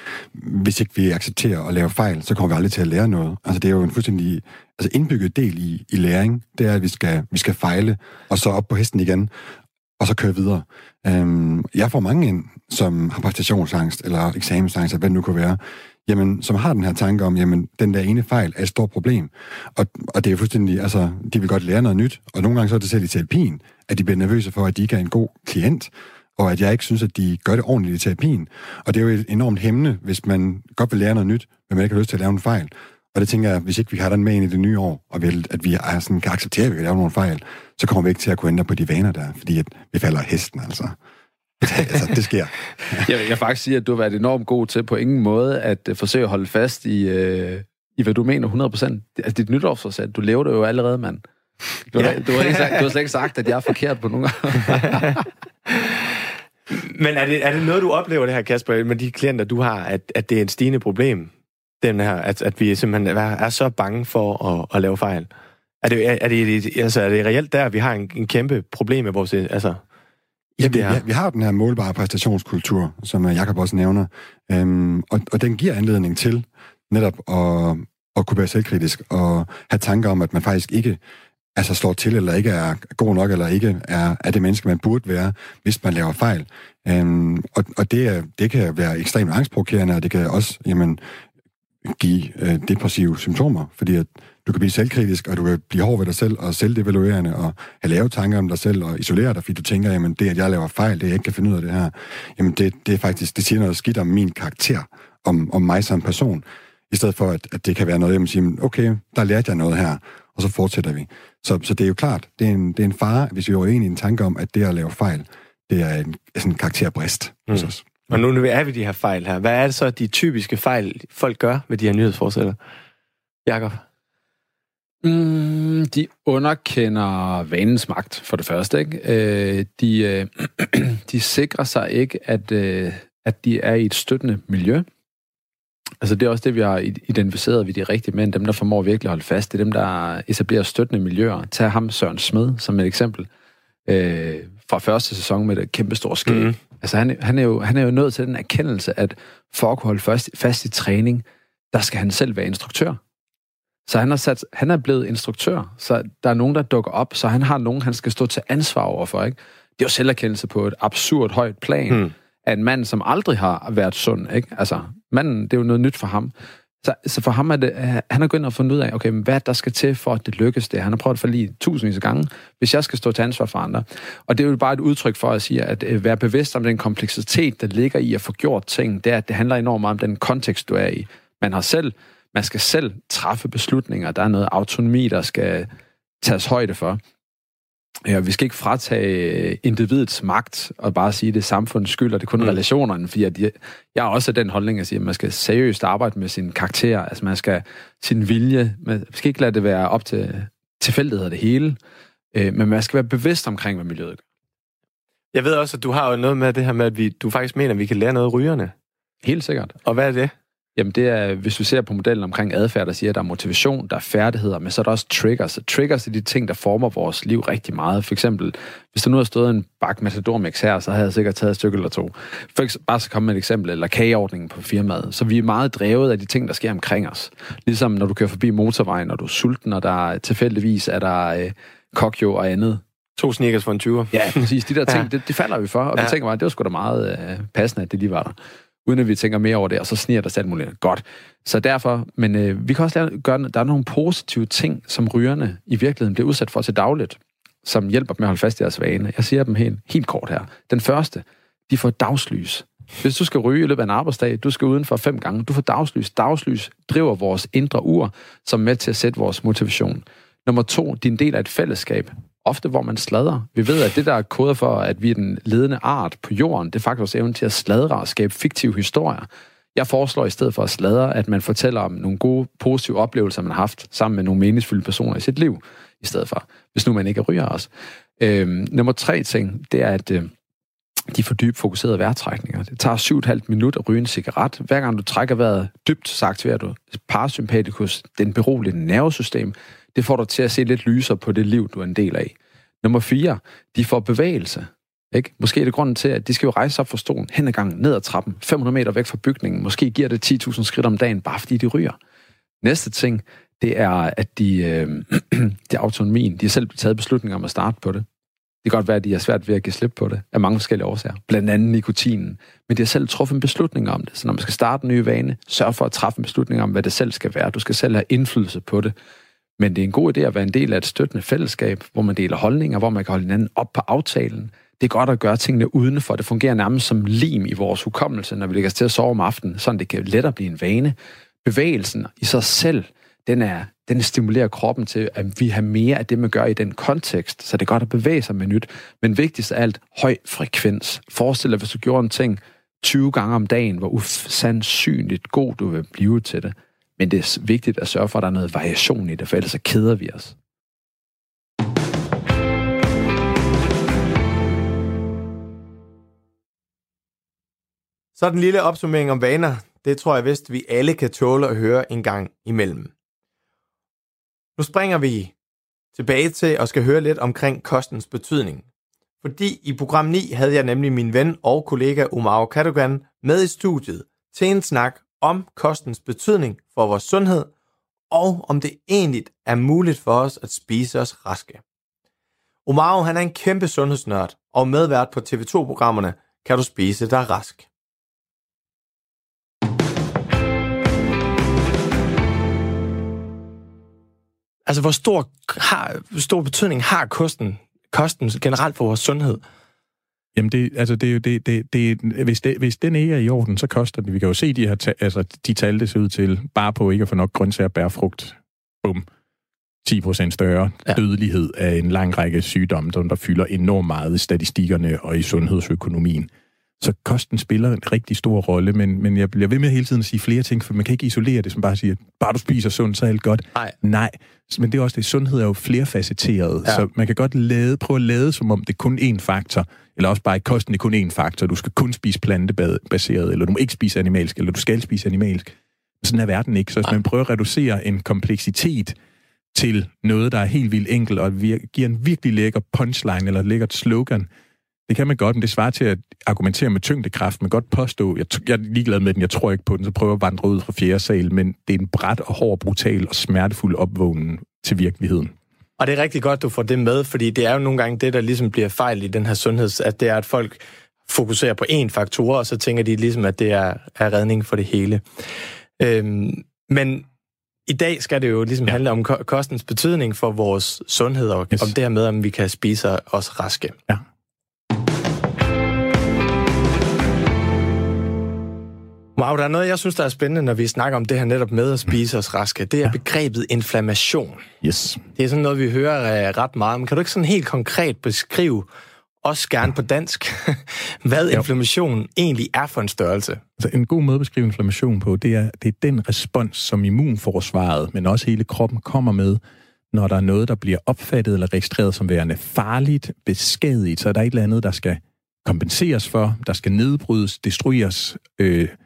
hvis ikke vi accepterer at lave fejl, så kommer vi aldrig til at lære noget. Altså, det er jo en fuldstændig altså indbygget del i, i læring. Det er, at vi skal, vi skal fejle, og så op på hesten igen, og så køre videre. Øh, jeg får mange ind, som har præstationsangst, eller eksamensangst, eller hvad det nu kunne være, jamen, som har den her tanke om, jamen, den der ene fejl er et stort problem. Og, og det er jo fuldstændig, altså, de vil godt lære noget nyt, og nogle gange så er det selv i terapien, at de bliver nervøse for, at de ikke er en god klient, og at jeg ikke synes, at de gør det ordentligt i terapien. Og det er jo et enormt hæmmende, hvis man godt vil lære noget nyt, men man ikke har lyst til at lave en fejl. Og det tænker jeg, hvis ikke vi har den med ind i det nye år, og vil, at vi er sådan, kan acceptere, at vi kan lave nogle fejl, så kommer vi ikke til at kunne ændre på de vaner der, fordi at vi falder af hesten, altså. altså, det sker. Jeg vil faktisk sige, at du har været enormt god til på ingen måde at uh, forsøge at holde fast i, uh, i hvad du mener hundrede procent. Altså, dit nytårsforsæt, du lever det jo allerede, mand. Du, ja. du, har ikke sagt, du har slet ikke sagt, at jeg er forkert på nogen gange. Men er det, er det noget, du oplever det her, Kasper, med de klienter, du har, at, at det er et stigende problem, den her, at, at vi simpelthen er, er så bange for at, at lave fejl? Er det, er, er, det, altså, er det reelt der, at vi har en, en kæmpe problem med vores... Altså, ja, vi, ja, vi har den her målbare præstationskultur, som Jakob også nævner, øhm, og, og den giver anledning til netop at, at kunne være selvkritisk og have tanker om, at man faktisk ikke altså slår til, eller ikke er god nok, eller ikke er, er det menneske, man burde være, hvis man laver fejl. Øhm, og og det, det kan være ekstremt angstprovokerende, og det kan også jamen, give øh, depressive symptomer, fordi at du kan blive selvkritisk, og du kan blive hård ved dig selv, og selvdevaluerende, og have lave tanker om dig selv, og isolere dig, fordi du tænker, jamen det, at jeg laver fejl, det jeg ikke kan finde ud af det her, jamen det, det er faktisk, det siger noget skidt om min karakter, om, om mig som person, i stedet for, at, at det kan være noget, jeg må sige, okay, der lærte jeg noget her, og så fortsætter vi. Så, så det er jo klart, det er en, det er en fare, hvis vi er uenige i en tanke om, at det at lave fejl, det er en, sådan en karakterbrist mm. hos os. Og nu er vi de her fejl her. Hvad er det så, de typiske fejl, folk gør ved de her nyhedsforsætter? Jakob? Mm, de underkender vanens magt, for det første. Ikke? Øh, de, øh, de sikrer sig ikke, at, øh, at de er i et støttende miljø. Altså det er også det, vi har identificeret ved de rigtige mænd, dem der formår virkelig at holde fast. Det er dem, der etablerer støttende miljøer. Tag ham, Søren Smed, som et eksempel. Øh, fra første sæson med et kæmpe stort skæg. Mm. Altså han, han, er jo, han er jo nået til den erkendelse, at for at kunne holde fast, fast i træning, der skal han selv være instruktør. Så han, har sat, han er blevet instruktør, så der er nogen, der dukker op, så han har nogen, han skal stå til ansvar overfor. Ikke? Det er jo selverkendelse på et absurd højt plan mm. af en mand, som aldrig har været sund. Ikke? Altså, manden, det er jo noget nyt for ham. Så, så for ham er det, han har gået ind og fundet ud af, okay, hvad der skal til for, at det lykkes det. Han har prøvet at forlige tusindvis af gange, hvis jeg skal stå til ansvar for andre. Og det er jo bare et udtryk for at sige, at være bevidst om den kompleksitet, der ligger i at få gjort ting, det er, at det handler enormt meget om den kontekst, du er i. Man har selv, man skal selv træffe beslutninger. Der er noget autonomi, der skal tages højde for. Ja, vi skal ikke fratage individets magt og bare sige, at det er samfundets skyld, og det er kun mm. relationerne, fordi at jeg, jeg har også den holdning at sige, at man skal seriøst arbejde med sin karakter, altså man skal sin vilje, man skal ikke lade det være op til tilfældigheder det hele, øh, men man skal være bevidst omkring, hvad miljøet gør. Jeg ved også, at du har jo noget med det her med, at vi, du faktisk mener, at vi kan lære noget af rygerne. Helt sikkert. Og hvad er det? Jamen det er, hvis vi ser på modellen omkring adfærd, der siger, at der er motivation, der er færdigheder, men så er der også triggers. Triggers er de ting, der former vores liv rigtig meget. For eksempel, hvis der nu har stået en bakke Matador-mix her, så havde jeg sikkert taget et stykke eller to. For eksempel, bare så komme med et eksempel, eller kageordningen på firmaet. Så vi er meget drevet af de ting, der sker omkring os. Ligesom når du kører forbi motorvejen, og du er sulten, og der tilfældigvis er der øh, kokjo og andet. To sneakers for en tyver. Ja, præcis. De der ting, ja. det, det falder vi for, og ja. vi tænker bare, det var sgu da meget øh, passende, at det lige var der. Uden at vi tænker mere over det, og så sniger der alt muligt. Godt. Så derfor, men øh, vi kan også lave, gøre, der er nogle positive ting, som rygerne i virkeligheden bliver udsat for til dagligt, som hjælper dem med at holde fast i deres vane. Jeg siger dem helt, helt kort her. Den første, de får dagslys. Hvis du skal ryge i løbet af en arbejdsdag, du skal udenfor fem gange, du får dagslys. Dagslys driver vores indre ur, som er med til at sætte vores motivation. Nummer to, din del af et fællesskab. Ofte, hvor man sladrer. Vi ved, at det, der er koder for, at vi er den ledende art på jorden, det er faktisk vores evne til at sladre og skabe fiktive historier. Jeg foreslår i stedet for at sladre, at man fortæller om nogle gode, positive oplevelser, man har haft sammen med nogle meningsfulde personer i sit liv, i stedet for, hvis nu man ikke ryger os. Øhm, nummer tre ting, det er, at øh, de får dybt fokuserede vejrtrækninger. Det tager syv og et halvt minut at ryge en cigaret. Hver gang du trækker vejret dybt, så aktiverer du parasympatikus, den beroligende nervesystem. Det får dig til at se lidt lysere på det liv, du er en del af. Nummer fire, de får bevægelse. Ikke? Måske er det grunden til, at de skal jo rejse op fra stolen, hen ad gangen, ned ad trappen, fem hundrede meter væk fra bygningen. Måske giver det ti tusind skridt om dagen, bare fordi de ryger. Næste ting, det er, at de, øh, det er autonomien. De har selv taget beslutninger om at starte på det. Det kan godt være, at de har svært ved at give slip på det, af mange forskellige årsager. Blandt andet nikotinen. Men de har selv truffet en beslutning om det. Så når man skal starte en ny vane, sørg for at træffe en beslutning om, hvad det selv skal være. Du skal selv have indflydelse på det. Men det er en god idé at være en del af et støttende fællesskab, hvor man deler holdninger, hvor man kan holde hinanden op på aftalen. Det er godt at gøre tingene udenfor. Det fungerer nærmest som lim i vores hukommelse, når vi lægger os til at sove om aftenen, så det kan lettere blive en vane. Bevægelsen i sig selv, den, er, den stimulerer kroppen til, at vi har mere af det, man gør i den kontekst. Så det er godt at bevæge sig med nyt. Men vigtigst af alt, høj frekvens. Forestil dig, hvis du gjorde en ting tyve gange om dagen, hvor usandsynligt god du vil blive til det. Men det er vigtigt at sørge for, at der er noget variation i det, for ellers så keder vi os. Så den lille opsummering om vaner, det tror jeg vist, vi alle kan tåle at høre en gang imellem. Nu springer vi tilbage til og skal høre lidt omkring kostens betydning. Fordi i program ni havde jeg nemlig min ven og kollega Omar Cadogan med i studiet til en snak om kostens betydning for vores sundhed, og om det egentlig er muligt for os at spise os raske. Omar, han er en kæmpe sundhedsnørd, og medvært på T V to-programmerne Kan du spise dig rask? Altså, hvor stor, har, hvor stor betydning har kosten, kosten generelt for vores sundhed? Jamen, det, altså, det er jo det, det, det, hvis, det, hvis den ikke er i orden, så koster det. Vi kan jo se, de her ta- altså, de tal, det ser ud til, bare på ikke at få nok grøntsager, bær, frugt, bum, ti procent større ja. dødelighed af en lang række sygdomme, der fylder enormt meget i statistikkerne og i sundhedsøkonomien. Så kosten spiller en rigtig stor rolle, men, men jeg bliver ved med hele tiden at sige flere ting, for man kan ikke isolere det, som bare siger, bare du spiser sundt, så er alt godt. Nej. Nej, men det er også det, sundhed er jo flerfacetteret, ja. Så man kan godt lade, prøve at lade, som om det er kun én faktor, eller også bare i kosten, det er kun én faktor. Du skal kun spise plantebaseret, eller du må ikke spise animalsk, eller du skal spise animalsk. Sådan er verden ikke. Så hvis man prøver at reducere en kompleksitet til noget, der er helt vildt enkelt, og giver en virkelig lækker punchline, eller et lækkert slogan, det kan man godt, men det svarer til at argumentere med tyngdekraft. Man kan godt påstå, jeg, jeg er ligeglad med den, jeg tror ikke på den, så prøver at vandre ud fra fjerde sal, men det er en brat og hård, brutal og smertefuld opvågning til virkeligheden. Og det er rigtig godt, du får det med, fordi det er jo nogle gange det, der ligesom bliver fejl i den her sundheds, at det er, at folk fokuserer på én faktor, og så tænker de ligesom, at det er, er redning for det hele. Øhm, men i dag skal det jo ligesom ja. handle om kostens betydning for vores sundhed, og yes. om det her med, om vi kan spise os raske. Ja. Wow, der er noget, jeg synes, der er spændende, når vi snakker om det her netop med at spise os raske. Det er ja. begrebet inflammation. Yes. Det er sådan noget, vi hører uh, ret meget. Men kan du ikke sådan helt konkret beskrive, også gerne på dansk, hvad inflammation egentlig er for en størrelse? Altså, en god måde at beskrive inflammation på, det er, det er den respons, som immunforsvaret, men også hele kroppen kommer med, når der er noget, der bliver opfattet eller registreret som værende farligt, beskadiget. Så er der et eller andet, der skal kompenseres for, der skal nedbrydes, destrueres, øh,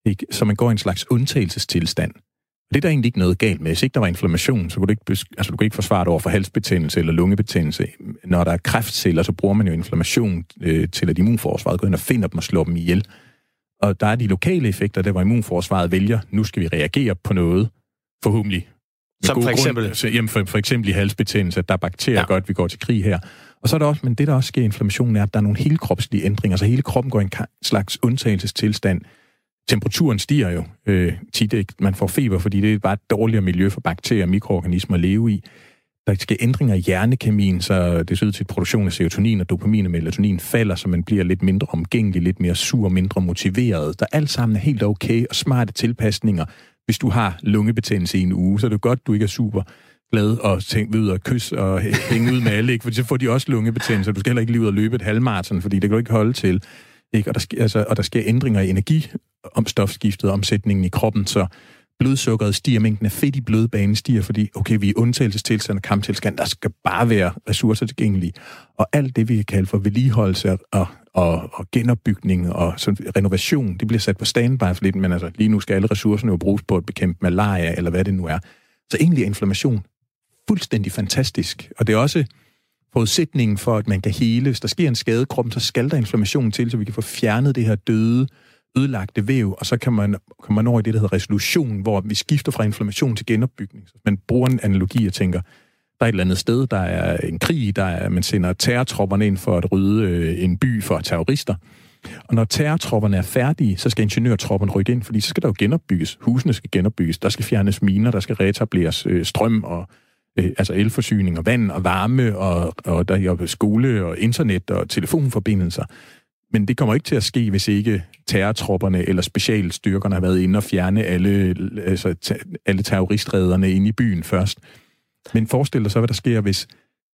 ikke? Så man går i en slags undtagelsestilstand. Det er der egentlig ikke noget galt med. Hvis ikke der var inflammation, så kunne du ikke, altså, du kunne ikke forsvare det over for halsbetændelse eller lungebetændelse. Når der er kræftceller, så bruger man jo inflammation øh, til, at immunforsvaret går ind og finder dem og slår dem ihjel. Og der er de lokale effekter, der hvor immunforsvaret vælger, nu skal vi reagere på noget, forhåbentlig. Som for eksempel? Grund, så, jamen for, for eksempel i halsbetændelse, at der er bakterier ja. Godt, vi går til krig her. Og så er der også, men det der også sker i inflammationen er, at der er nogle helkropslige ændringer, så hele kroppen går i en slags undtagelsestilstand. Temperaturen stiger jo øh, tit, ikke? Man får feber, fordi det er bare et dårligere miljø for bakterier og mikroorganismer at leve i. Der sker ændringer i hjernekemien, så det ser ud til, at produktionen af serotonin og dopamin og melatonin falder, så man bliver lidt mindre omgængelig, lidt mere sur, mindre motiveret. Der alt sammen er helt okay og smarte tilpasninger. Hvis du har lungebetændelse i en uge, så er det godt, du ikke er super glad og tænke ud og kysse og hænge ud med alle, ikke? For så får de også lungebetændelse. Du skal heller ikke lige ud og løbe et halvmaraton, fordi det kan du ikke holde til. Ikke? Og, der sker, altså, og der sker ændringer i energi om stofskiftet, omsætningen i kroppen, så blodsukkeret stiger, mængden af fedt i blodbanen stiger, fordi okay, vi er undtagelsestilstand og kamptilstand, der skal bare være ressourcer tilgængelige. Og alt det, vi kan kalde for vedligeholdelse og, og, og genopbygning og sådan, renovation, det bliver sat på standby for lidt, men altså lige nu skal alle ressourcerne jo bruges på at bekæmpe malaria, eller hvad det nu er. Så egentlig er inflammation fuldstændig fantastisk, og det er også forudsætningen for, at man kan hele. Hvis der sker en skade i kroppen, så skal der inflammation til, så vi kan få fjernet det her døde, ødelagte væv, og så kan man, kan man over i det, der hedder resolution, hvor vi skifter fra inflammation til genopbygning. Så man bruger en analogi og tænker, der er et eller andet sted, der er en krig, der er, man sender terrortropperne ind for at rydde øh, en by for terrorister. Og når terrortropperne er færdige, så skal ingeniørtropperne rykke ind, fordi så skal der jo genopbygges. Husene skal genopbygges, der skal fjernes miner, der skal reetableres øh, strøm og øh, altså elforsyning og vand og varme, og, og der er skole og internet og telefonforbindelser. Men det kommer ikke til at ske, hvis ikke terrortropperne eller specialstyrkerne har været inde og fjerne alle, altså, t- alle terroristrederne inde i byen først. Men forestil dig så, hvad der sker, hvis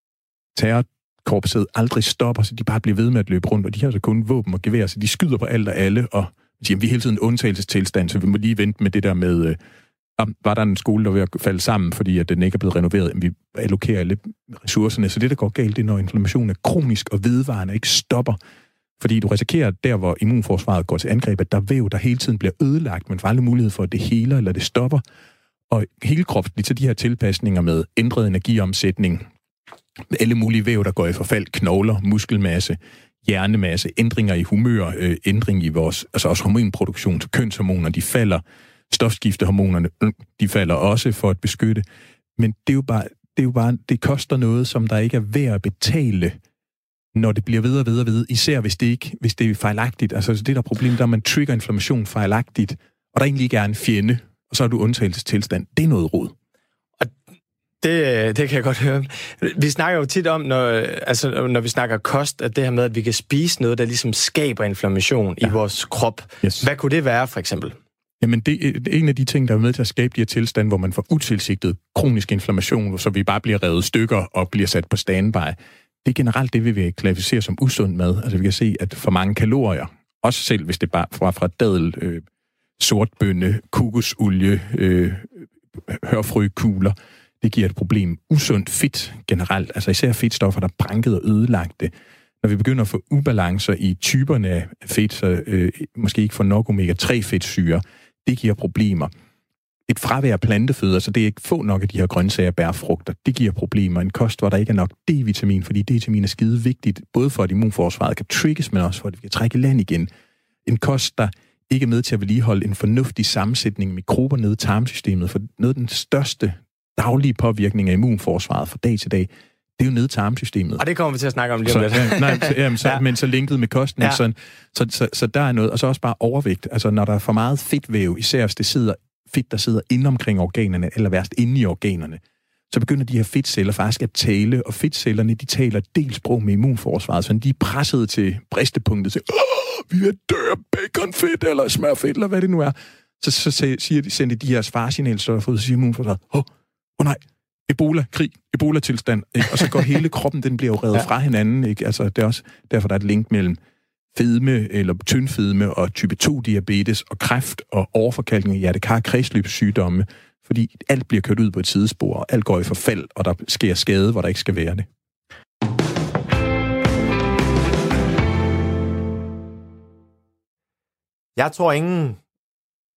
terrorkorpset aldrig stopper, så de bare bliver ved med at løbe rundt, og de har så kun våben og gevær, så de skyder på alt og alle, og siger, vi er hele tiden en undtagelsestilstand, så vi må lige vente med det der med, øh, var der en skole, der var ved at falde sammen, fordi at den ikke er blevet renoveret, vi allokerer alle ressourcerne. Så det, der går galt, det er, når inflammation er kronisk og vedvarende, ikke stopper. Fordi du risikerer, der hvor immunforsvaret går til angreb, at der er væv, der hele tiden bliver ødelagt, men får aldrig mulighed for, at det heler eller det stopper. Og hele kroppen, så de her tilpasninger med ændret energiomsætning, alle mulige væv, der går i forfald, knogler, muskelmasse, hjernemasse, ændringer i humør, øh, ændring i vores, altså også hormonproduktion, så kønshormoner, de falder, stofskiftehormonerne, de falder også for at beskytte. Men det er jo bare, det er jo bare, det koster noget, som der ikke er værd at betale, når det bliver ved og ved og ved, især hvis det ikke, hvis det er fejlagtigt. Altså det der er problemet, der er, man trigger inflammation fejlagtigt, og der egentlig ikke er en fjende, og så er du undtagelsestilstand. Det er noget rod. Og det, det kan jeg godt høre. Vi snakker jo tit om, når, altså, når vi snakker kost, at det her med, at vi kan spise noget, der ligesom skaber inflammation ja. i vores krop. Yes. Hvad kunne det være, for eksempel? Jamen, det er en af de ting, der er med til at skabe de her tilstande, hvor man får utilsigtet kronisk inflammation, så vi bare bliver revet stykker og bliver sat på standby. Det er generelt det, vi vil klassificere som usund mad. Altså, vi kan se, at for mange kalorier, også selv hvis det bare var fra dadel, øh, sortbønne, kokosolie, øh, hørfrøkugler, det giver et problem. Usundt fedt generelt, altså især fedtstoffer, der er branket og ødelagte. Når vi begynder at få ubalancer i typerne af fedt, så øh, måske ikke får nok omega tre fedtsyre, det giver problemer. Et fravær af plantefødder, så det er ikke få nok af de her grøntsager, bær, frugter, det giver problemer. En kost, hvor der ikke er nok D-vitamin, fordi D-vitamin er skide vigtigt, både for at immunforsvaret kan trigges, men også for at vi kan trække i land igen. En kost, der ikke er med til at vedligeholde en fornuftig sammensætning af mikrober nede i tarmsystemet, for noget af den største daglige påvirkning af immunforsvaret fra dag til dag, det er jo nede i tarmsystemet. Og det kommer vi til at snakke om lige om lidt. Ja, nej, så, jamen, så, ja. Men så linket med kosten, ja. så, så, så, så der er noget, og så også bare overvægt. Altså når der er for meget fedtvæv, især hvis det sidder fedt, der sidder inde omkring organerne, eller værst inde i organerne, så begynder de her fedtceller faktisk at tale, og fedtcellerne, de taler dels sprog med immunforsvaret, så de er presset til bristepunktet til, åh, vi er dør baconfedt, eller smørfedt, eller hvad det nu er. Så, så siger de, sender de her faresignalstoffer ud, og siger immunforsvaret, åh, oh, nej, Ebola, krig, Ebola-tilstand, ikke? Og så går hele kroppen, den bliver jo revet ja. fra hinanden, ikke? Altså, det er også derfor, der er et link mellem fedme eller tyndfedme og type to diabetes og kræft og overforkalkning af hjertekar- kredsløbssygdomme, fordi alt bliver kørt ud på et sidespor, og alt går i forfald, og der sker skade, hvor der ikke skal være det. Jeg tror ingen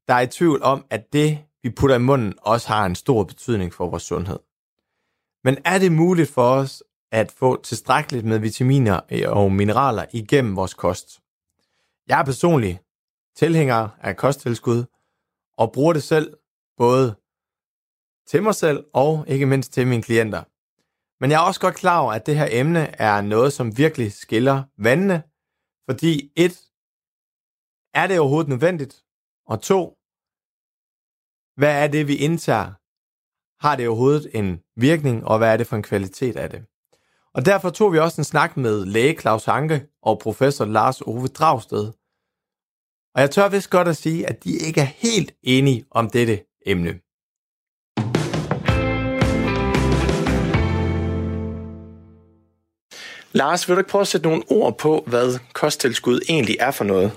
der er i tvivl om, at det, vi putter i munden, også har en stor betydning for vores sundhed. Men er det muligt for os at få tilstrækkeligt med vitaminer og mineraler igennem vores kost? Jeg er personlig tilhænger af kosttilskud og bruger det selv både til mig selv og ikke mindst til mine klienter. Men jeg er også godt klar over, at det her emne er noget, som virkelig skiller vandene, fordi et, er det overhovedet nødvendigt? Og to, hvad er det, vi indtager? Har det overhovedet en virkning, og hvad er det for en kvalitet af det? Og derfor tog vi også en snak med læge Claus Hanke og professor Lars Ove Dragsted. Og jeg tør vist godt at sige, at de ikke er helt enige om dette emne. Lars, vil du ikke prøve at sætte nogle ord på, hvad kosttilskud egentlig er for noget?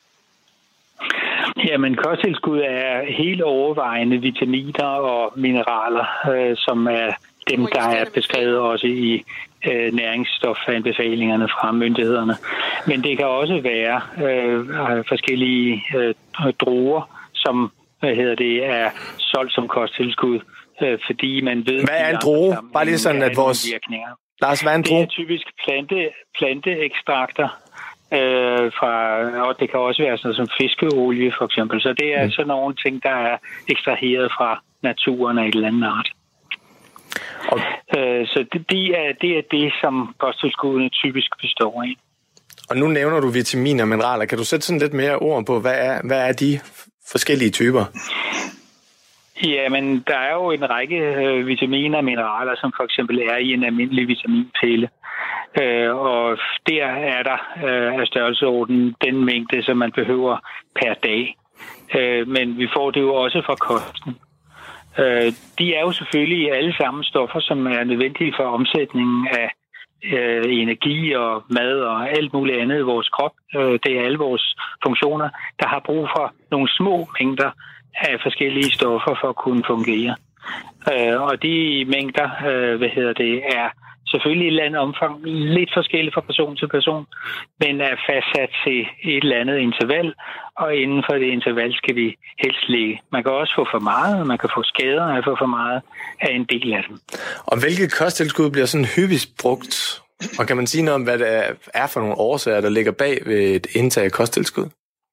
Jamen, kosttilskud er helt overvejende vitaminer og mineraler, øh, som er dem, der er beskrevet også i øh, næringsstofanbefalingerne fra myndighederne. Men det kan også være øh, forskellige øh, druer, som hvad hedder det, er solgt som kosttilskud, øh, fordi man ved... Hvad er en droge? Bare lige sådan, at vores... Lars, hvad er en droge? Det er typisk plante, planteekstrakter, øh, fra, og det kan også være sådan noget som fiskeolie for eksempel. Så det er mm. sådan nogle ting, der er ekstraheret fra naturen af et eller andet art. Okay. Øh, så det, de er, det er det, som kosttilskuddene typisk består af. Og nu nævner du vitaminer og mineraler. Kan du sætte sådan lidt mere ord på, hvad er, hvad er de forskellige typer? Ja, men der er jo en række øh, vitaminer og mineraler, som for eksempel er i en almindelig vitaminpille. Øh, og der er der øh, af størrelseorden den mængde, som man behøver per dag. Øh, men vi får det jo også fra kosten. Øh, de er jo selvfølgelig alle sammen stoffer, som er nødvendige for omsætningen af øh, energi og mad og alt muligt andet i vores krop. Øh, det er alle vores funktioner, der har brug for nogle små mængder af forskellige stoffer for at kunne fungere. Øh, og de mængder, øh, hvad hedder det, er selvfølgelig i et eller andet omfang lidt forskelligt fra person til person, men er fastsat til et eller andet interval, og inden for det interval skal vi helst ligge. Man kan også få for meget, og man kan få skader af at få for meget af en del af dem. Og hvilket kosttilskud bliver sådan hyppigst brugt? Og kan man sige noget om, hvad det er for nogle årsager, der ligger bag ved et indtag af kosttilskud?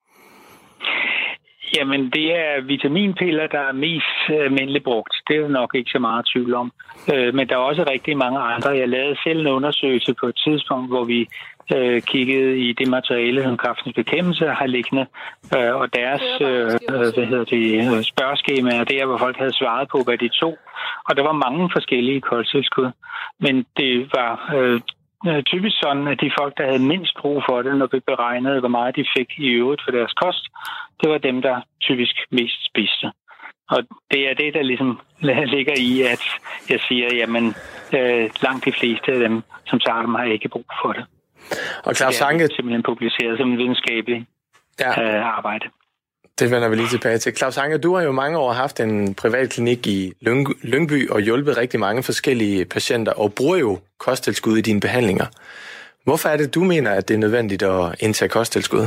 Jamen, det er vitaminpiller, der er mest almindeligt brugt. Det er jo nok ikke så meget tvivl om. Øh, men der er også rigtig mange andre. Jeg lavede selv en undersøgelse på et tidspunkt, hvor vi øh, kiggede i det materiale, som Kræftens Bekæmpelse har liggende, øh, og deres øh, hvad hedder det, spørgeskemaer, der hvor folk havde svaret på, hvad de tog. Og der var mange forskellige kosttilskud. Men det var... Øh, typisk sådan, at de folk, der havde mindst brug for det, når vi beregnede, hvor meget de fik i øvrigt for deres kost, det var dem, der typisk mest spiste. Og det er det, der ligesom ligger i, at jeg siger, jamen øh, langt de fleste af dem, som tager dem, har ikke brug for det. Og Claus Hanke... Det er simpelthen publiceret som en videnskabelig ja. øh, arbejde. Det vender vi lige tilbage til. Claus Hanke, du har jo mange år haft en privat klinik i Lyngby og hjulpet rigtig mange forskellige patienter og bruger jo kosttilskud i dine behandlinger. Hvorfor er det, du mener, at det er nødvendigt at indtage kosttilskud?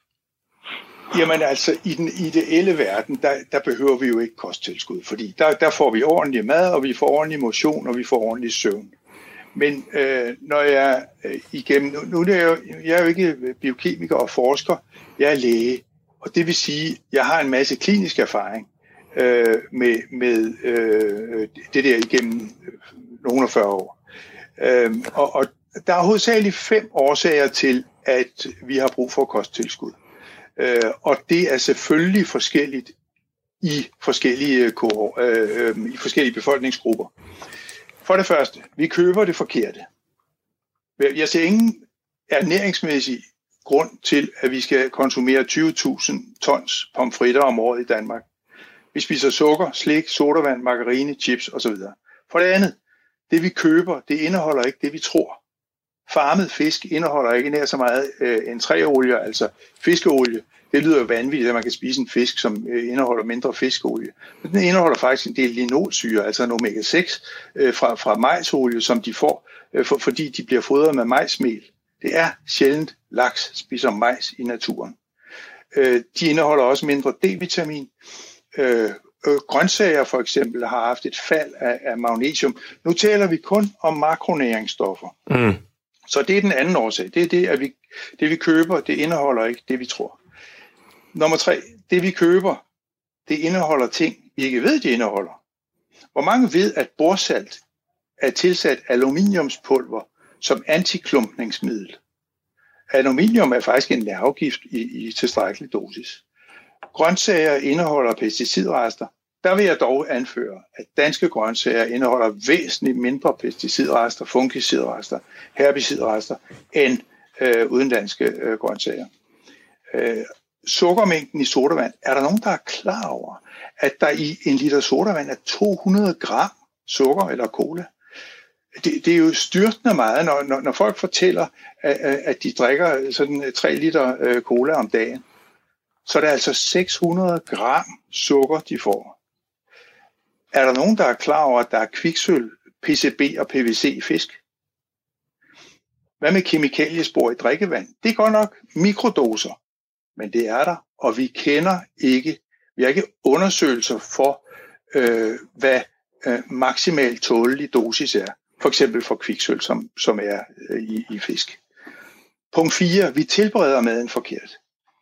Jamen altså, i den ideelle verden, der, der behøver vi jo ikke kosttilskud, fordi der, der får vi ordentlig mad, og vi får ordentlig motion, og vi får ordentlig søvn. Men øh, når jeg øh, igennem... Nu, nu er jeg, jo, jeg er jo ikke biokemiker og forsker, jeg er læge. Og det vil sige, at jeg har en masse klinisk erfaring øh, med, med øh, det der igennem nogle af fyrre år. Øh, og, og der er hovedsageligt fem årsager til, at vi har brug for kosttilskud. Øh, og det er selvfølgelig forskelligt i forskellige, øh, i forskellige befolkningsgrupper. For det første, vi køber det forkerte. Jeg ser ingen ernæringsmæssig grund til, at vi skal konsumere tyve tusind tons pomfritter om året i Danmark. Vi spiser sukker, slik, sodavand, margarine, chips osv. For det andet, det vi køber, det indeholder ikke det, vi tror. Farmet fisk indeholder ikke nær så meget øh, en træolie, altså fiskeolie. Det lyder jo vanvittigt, at man kan spise en fisk, som øh, indeholder mindre fiskeolie. Men den indeholder faktisk en del linolsyre, altså en omega seks øh, fra, fra majsolie, som de får, øh, for, fordi de bliver fodret med majsmel. Det er sjældent, laks spiser majs i naturen. Øh, de indeholder også mindre D-vitamin. Øh, øh, grøntsager for eksempel har haft et fald af, af magnesium. Nu taler vi kun om makronæringsstoffer. Mm. Så det er den anden årsag. Det er det, at vi, det vi køber, det indeholder ikke det, vi tror. Nummer tre, det vi køber, det indeholder ting, vi ikke ved, de indeholder. Hvor mange ved, at borsalt er tilsat aluminiumspulver som antiklumpningsmiddel? Aluminium er faktisk en nervegift i, i tilstrækkelig dosis. Grøntsager indeholder pesticidrester. Der vil jeg dog anføre, at danske grøntsager indeholder væsentligt mindre pesticidrester, fungicidrester, herbicidrester end øh, udenlandske øh, grøntsager. Øh, sukkermængden i sodavand, er der nogen, der er klar over, at der i en liter sodavand er to hundrede gram sukker eller cola? Det, det er jo styrtende meget, når, når, når folk fortæller, at, at de drikker sådan tre liter øh, cola om dagen. Så er det altså seks hundrede gram sukker, de får. Er der nogen, der er klar over, at der er kviksølv, P C B og P V C i fisk? Hvad med kemikaliespor i drikkevand? Det er godt nok mikrodoser, men det er der, og vi kender ikke, vi har ikke undersøgelser for, øh, hvad øh, maksimalt tålelig dosis er. For eksempel for kviksølv, som, som er øh, i, i fisk. Punkt fire. Vi tilbereder maden forkert.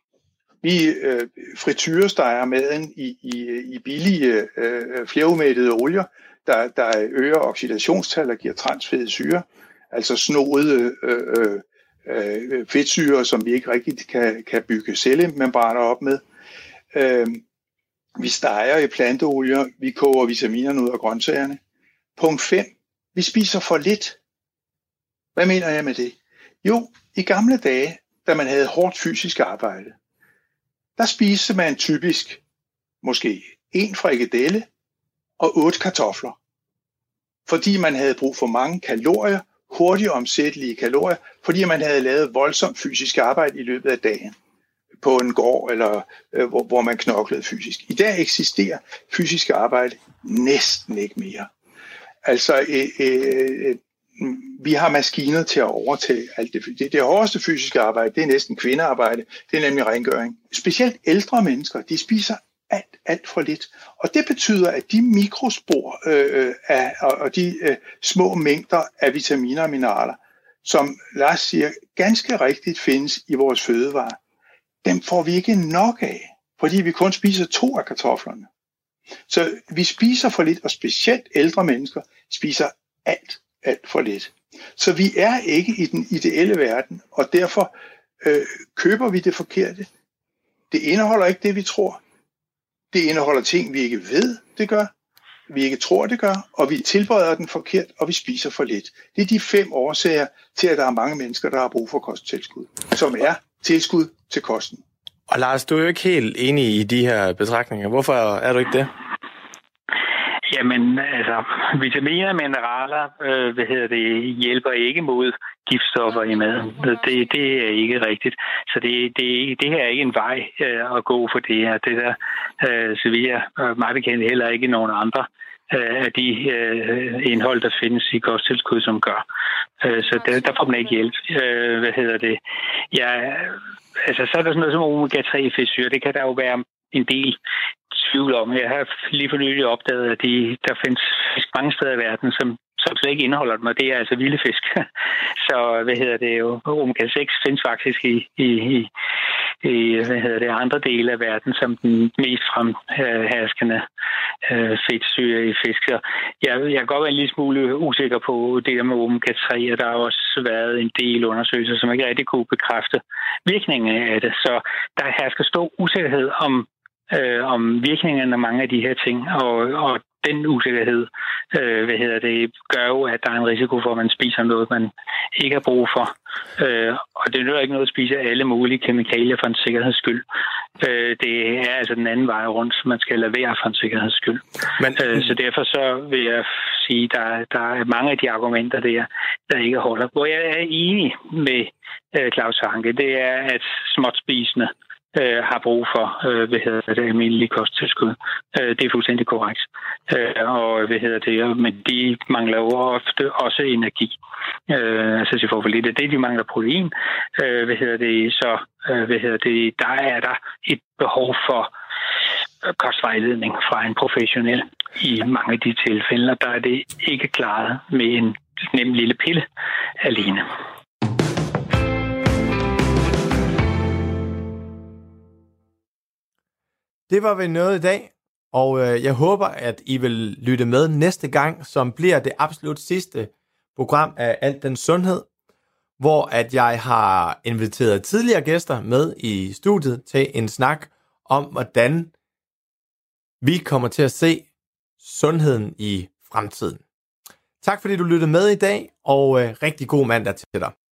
Vi øh, frityresteger maden i, i, i billige øh, flerumættede olier, der, der øger oxidationstal og giver transfede syre, altså snodede øh, øh, fedtsyre, som vi ikke rigtig kan, kan bygge cellemembraner op med. Øh, vi steger i planteolier, vi koger vitaminerne ud af grøntsagerne. Punkt fem. Vi spiser for lidt. Hvad mener jeg med det? Jo, i gamle dage, da man havde hårdt fysisk arbejde, der spiste man typisk måske en frikadelle og otte kartofler. Fordi man havde brug for mange kalorier, hurtigt omsættelige kalorier, fordi man havde lavet voldsomt fysisk arbejde i løbet af dagen på en gård, eller øh, hvor, hvor man knoklede fysisk. I dag eksisterer fysisk arbejde næsten ikke mere. Altså, øh, øh, vi har maskiner til at overtage alt det. Det, det hårdeste fysiske arbejde, det er næsten kvindearbejde, det er nemlig rengøring. Specielt ældre mennesker, de spiser alt, alt for lidt. Og det betyder, at de mikrospor øh, af, og de øh, små mængder af vitaminer og mineraler, som Lars siger, ganske rigtigt findes i vores fødevarer, dem får vi ikke nok af, fordi vi kun spiser to af kartoflerne. Så vi spiser for lidt, og specielt ældre mennesker spiser alt, alt for lidt. Så vi er ikke i den ideelle verden, og derfor øh, køber vi det forkerte. Det indeholder ikke det, vi tror. Det indeholder ting, vi ikke ved, det gør. Vi ikke tror, det gør, og vi tilbereder den forkert, og vi spiser for lidt. Det er de fem årsager til, at der er mange mennesker, der har brug for kosttilskud, som er tilskud til kosten. Og Lars, du er jo ikke helt enig i de her betragtninger. Hvorfor er du ikke det? Jamen, altså, vitaminer og mineraler, øh, hvad hedder det, hjælper ikke mod giftstoffer i maden. Det, det er ikke rigtigt. Så det, det, det her er ikke en vej øh, at gå for det her. Det der øh, serverer øh, mig bekendt heller ikke nogen andre øh, af de øh, indhold, der findes i kosttilskud, som gør. Øh, så der, der får man ikke hjælp. Øh, hvad hedder det? Ja, altså, så er der sådan noget som omega tre fedtsyre. Det kan der jo være en del tvivl om. Jeg har lige for nylig opdaget, at de, der findes fisk mange steder i verden, som, som slet ikke indeholder dem, og det er altså vilde fisk. Så, hvad hedder det jo, omega seks findes faktisk i, i, i, i hvad hedder det, andre dele af verden, som den mest fremherskende øh, fedtsyre i fisk. Så jeg, jeg kan godt være en lille smule usikker på det der med omega tre, og der har også været en del undersøgelser, som ikke rigtig kunne bekræfte virkningen af det. Så der hersker stor usikkerhed om Øh, om virkningerne af mange af de her ting, og, og den usikkerhed, øh, hvad hedder det, gør jo, at der er en risiko for, at man spiser noget, man ikke har brug for. Øh, og det nytter ikke noget at spise alle mulige kemikalier for en sikkerheds skyld. Øh, det er altså den anden vej rundt, så man skal lade være for en sikkerheds skyld. Men, øh, så derfor så vil jeg sige, at der, der er mange af de argumenter der, der ikke holder. Hvor jeg er enig med øh, Claus Hanke, det er, at småtspisende øh, har brug for, øh, hvad hedder det, almindelige kosttilskud. Øh, det er fuldstændig korrekt. Øh, og hvad hedder det, men de mangler jo ofte også energi. Øh, altså i forhold til det, det de mangler protein. Øh, hvad hedder det, så øh, hvad hedder det, der er der et behov for kostvejledning fra en professionel i mange af de tilfælde, og der er det ikke klaret med en nem lille pille alene. Det var vel noget i dag, og øh, jeg håber, at I vil lytte med næste gang, som bliver det absolut sidste program af Alt den Sundhed, hvor at jeg har inviteret tidligere gæster med i studiet til en snak om, hvordan vi kommer til at se sundheden i fremtiden. Tak fordi du lyttede med i dag, og øh, rigtig god mandag til dig.